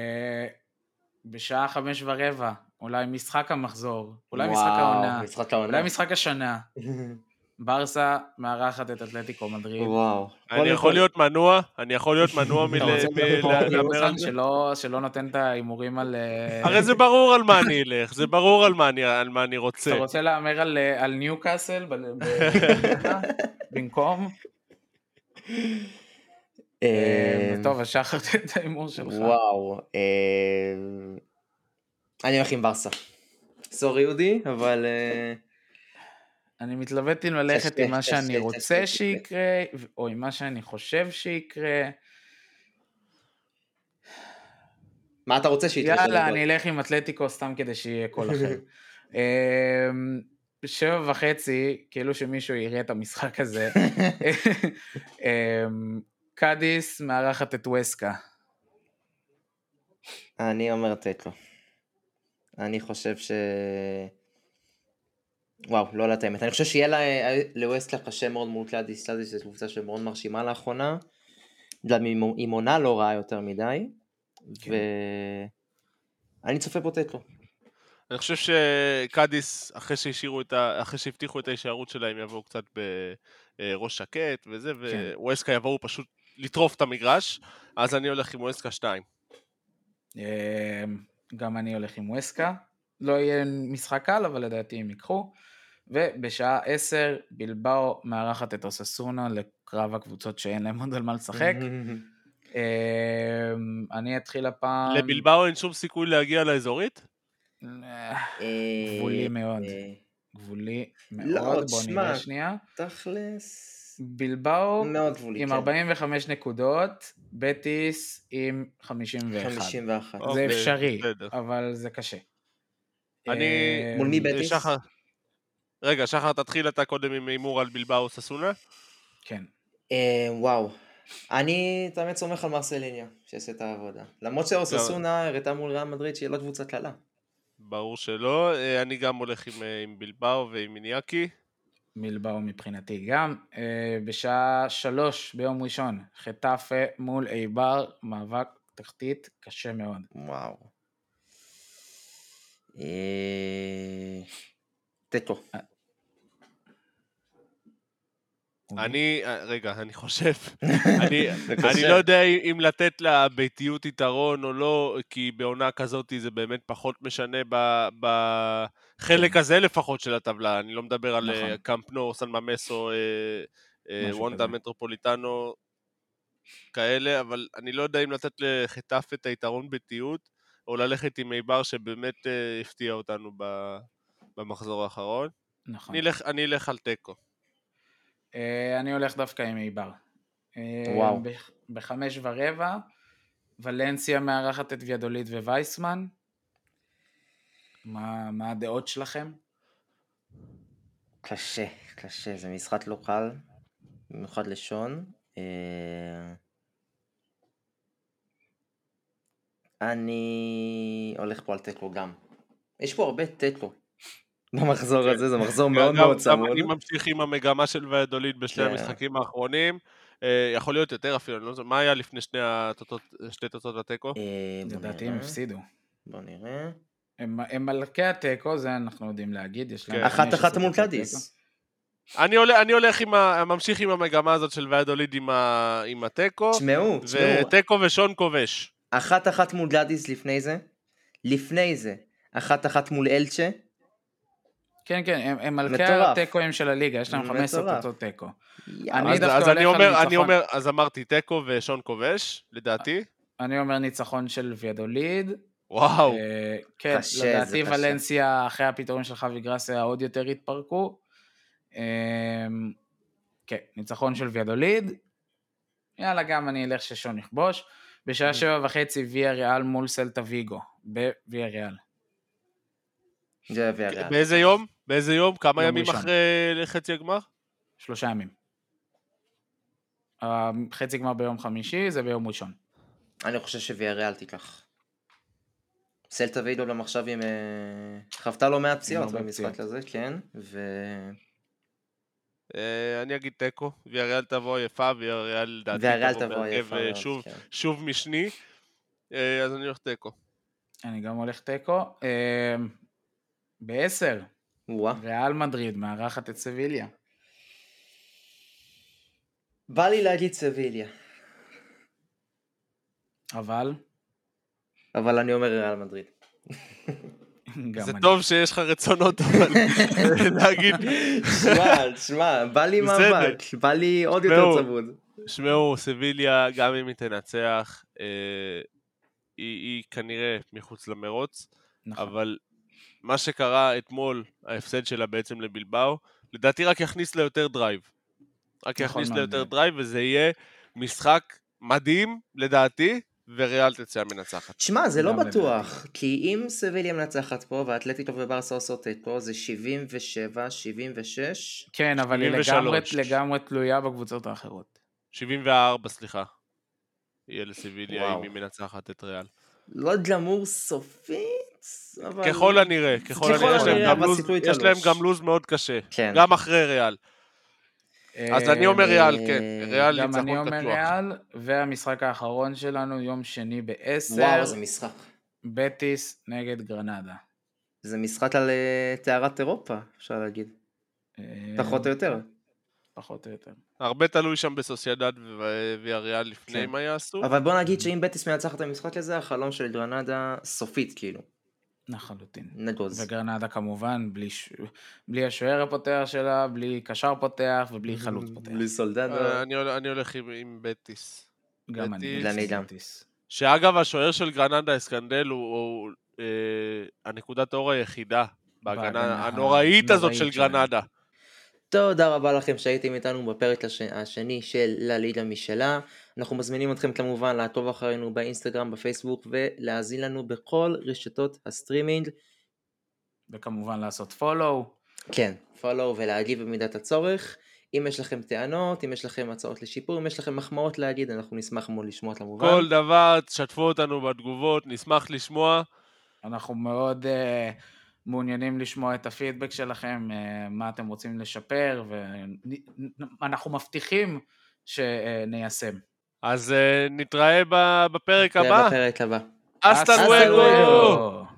בשעה חמש ורבע, אולי משחק המחזור, אולי משחק העונה, אולי משחק השנה. ברסה מארחת את אתלטיקו מדריד. וואו. אני יכול להיות מנוע, אני יכול להיות מנוע מלאמר על זה. שלא נותן את האימורים על... הרי זה ברור על מה אני אלך, זה ברור על מה אני רוצה. אתה רוצה לאמר על ניוקאסל במקום? טוב, אז שחר את האימור שלך. וואו. אני הולך עם ברסה. סורי יהודי, אבל... אני מתלבט אם ללכת עם מה שאני רוצה שיקרה, או עם מה שאני חושב שיקרה. מה אתה רוצה שיקרה? יאללה, אני אלך עם אתלטיקו סתם כדי שיהיה קול אחר. בשבע וחצי, כאילו שמישהו יראה את המשחק הזה, קאדיס מארחת את ווסקה. אני אומר תיקו. אני חושב ש... וואו, לא יודעת האמת. אני חושב שיהיה לווסקה קשה מאוד מול קאדיס, קאדיס זו קבוצה שמאוד מרשימה לאחרונה, עם עונה לא רעה יותר מדי, ואני צופה פה תיקו. אני חושב שקאדיס, אחרי שהשאירו את ה... אחרי שהבטיחו את ההישארות שלהם, יבואו קצת בראש שקט וזה, וווסקה יבואו פשוט לטרוף את המגרש, אז אני הולך עם ווסקה שתיים. גם אני הולך עם ווסקה. לא יהיה משחק קל, אבל לדעתי הם יקחו. ובשעה עשר, בילבאו מארחת את אוססונה לקרב הקבוצות שאין להם עוד על מה לשחק. אני אתחיל הפעם... לבילבאו אין שום סיכוי להגיע לאזורית? גבולי מאוד. גבולי מאוד, בוא נראה שנייה. תכלס... בילבאו עם ארבעים וחמש נקודות, בטיס עם חמישים ואחת. זה אפשרי, אבל זה קשה. אני... מול מי בטיס? רגע, שחר, תתחיל אתה קודם עם אימור על בילבאו ססונה? כן. וואו. אני תמיד סומך על מרסליניה, שיעשה את העבודה. למרות שאוססונה הראתה מול ריאל מדריד שהיא לא קבוצה קלה. ברור שלא. אני גם הולך עם בילבאו ועם איניאקי. בילבאו מבחינתי גם. בשעה שלוש ביום ראשון, חטאפה מול איבר, מאבק תחתית קשה מאוד. וואו. תיקו. אני, רגע, אני חושב, אני, אני לא יודע אם לתת לה ביתיות יתרון או לא, כי בעונה כזאת זה באמת פחות משנה בחלק הזה לפחות של הטבלה, אני לא מדבר על קמפ נו, סן ממס או וונדה מטרופוליטנו, כאלה, אבל אני לא יודע אם לתת לחטף את היתרון ביתיות, או ללכת עם איבר שבאמת הפתיע אותנו במחזור האחרון. נכון. אני אלך על טקו. אני הולך דווקא עם איבר. וואו. בחמש ורבע, ולנסיה מארחת את ויאדוליד ווייסמן. מה, מה הדעות שלכם? קשה, קשה, זה משחק לא קל, במיוחד לשון. אני הולך פה על טקו גם. יש פה הרבה טקו במחזור הזה, זה מחזור מאוד מאוד צמוד. אני ממשיך עם המגמה של ויאדוליד בשני המשחקים האחרונים. יכול להיות יותר אפילו, מה היה לפני שתי תוצאות הטקו? לדעתי הם הפסידו. בוא נראה. הם מלכי הטקו, זה אנחנו יודעים להגיד. אחת אחת מול קדיס. אני הולך עם, ממשיך עם המגמה הזאת של ויאדוליד עם הטקו. תשמעו, תשמעו. וטקו ושון כובש. אחת אחת מול גלדיס לפני זה. לפני זה. אחת אחת מול אלצ'ה. כן, כן, הם מלכי הטקואים של הליגה, יש להם חמש עשרה תוצאות טקו. אז אני אומר, אני אומר, אז אמרתי טקו ושון כובש, לדעתי. אני אומר ניצחון של ויאדוליד. וואו. כן, לדעתי ולנסיה, אחרי הפיתורים של חווי גרסיה, עוד יותר התפרקו. כן, ניצחון של ויאדוליד. יאללה, גם אני אלך ששון יכבוש. בשעה שבע וחצי ויה ריאל מול סלטה ויגו, בוויה ריאל. באיזה יום? באיזה יום? כמה ימים אחרי חצי הגמר? שלושה ימים. חצי גמר ביום חמישי, זה ביום ראשון. אני חושב שוויה ריאל תיקח. סלטה ויגו גם עכשיו עם... חוותה לו מעט פציעות במשחק הזה, כן, ו... אני אגיד טקו, ויה ריאל תבוא יפה, ויה ריאל דעתי תבוא בהרכב שוב משני, אז אני הולך טקו. אני גם הולך טקו. בעשר, ריאל מדריד מארחת את סביליה. בא לי להגיד סביליה. אבל? אבל אני אומר ריאל מדריד. זה טוב שיש לך רצונות, אבל להגיד... שמע, שמע, בא לי מאבק, בא לי עוד יותר צמוד. שמעו, סביליה, גם אם היא תנצח, היא כנראה מחוץ למרוץ, אבל מה שקרה אתמול, ההפסד שלה בעצם לבלבאו, לדעתי רק יכניס לה יותר דרייב. רק יכניס לה יותר דרייב, וזה יהיה משחק מדהים, לדעתי, וריאל תצא מנצחת. שמע, זה לא בטוח, כי אם סביליה מנצחת פה, והאתלטיקו וברסה עושות פה, זה שבעים ושבע, שבעים ושש. כן, אבל היא לגמרי, לגמרי תלויה בקבוצות האחרות. שבעים וארבע, סליחה. יהיה לסביליה אם היא מנצחת את ריאל. לא גמור סופית, אבל... ככל הנראה, ככל הנראה, יש להם גם לוז מאוד קשה, גם אחרי ריאל. אז אני אומר ריאל, כן, ריאל ניצחון קטוח. גם אני אומר ריאל, והמשחק האחרון שלנו יום שני בעשר. וואו, זה משחק. בטיס נגד גרנדה. זה משחק על תארת אירופה, אפשר להגיד. פחות או יותר. פחות או יותר. הרבה תלוי שם בסוסיידד והריאל לפני מה יעשו. אבל בוא נגיד שאם בטיס מנצחת את המשחק הזה, החלום של גרנדה סופית כאילו. לחלוטין. נגוז. וגרנדה כמובן, בלי, ש... בלי השוער הפותח שלה, בלי קשר פותח ובלי חלוץ פותח. בלי סולדדו. אני, אני הולך עם, עם בטיס. גם בטיס. אני. גם. בטיס. שאגב, השוער של גרנדה, אסקנדל, הוא, הוא אה, הנקודת האור היחידה בהגנה הנוראית הזאת של גרנדה. תודה רבה לכם שהייתם איתנו בפרק השני של לליגה משלה. אנחנו מזמינים אתכם כמובן לעקוב אחרינו באינסטגרם, בפייסבוק, ולהאזין לנו בכל רשתות הסטרימינג. וכמובן לעשות פולו. כן, פולו ולהגיב במידת הצורך. אם יש לכם טענות, אם יש לכם הצעות לשיפור, אם יש לכם מחמאות להגיד, אנחנו נשמח מאוד לשמוע את המובן. כל דבר, תשתפו אותנו בתגובות, נשמח לשמוע. אנחנו מאוד... Uh... מעוניינים לשמוע את הפידבק שלכם, מה אתם רוצים לשפר, ואנחנו מבטיחים שניישם. אז נתראה בפרק הבא. בפרק הבא. אסטה לואגו!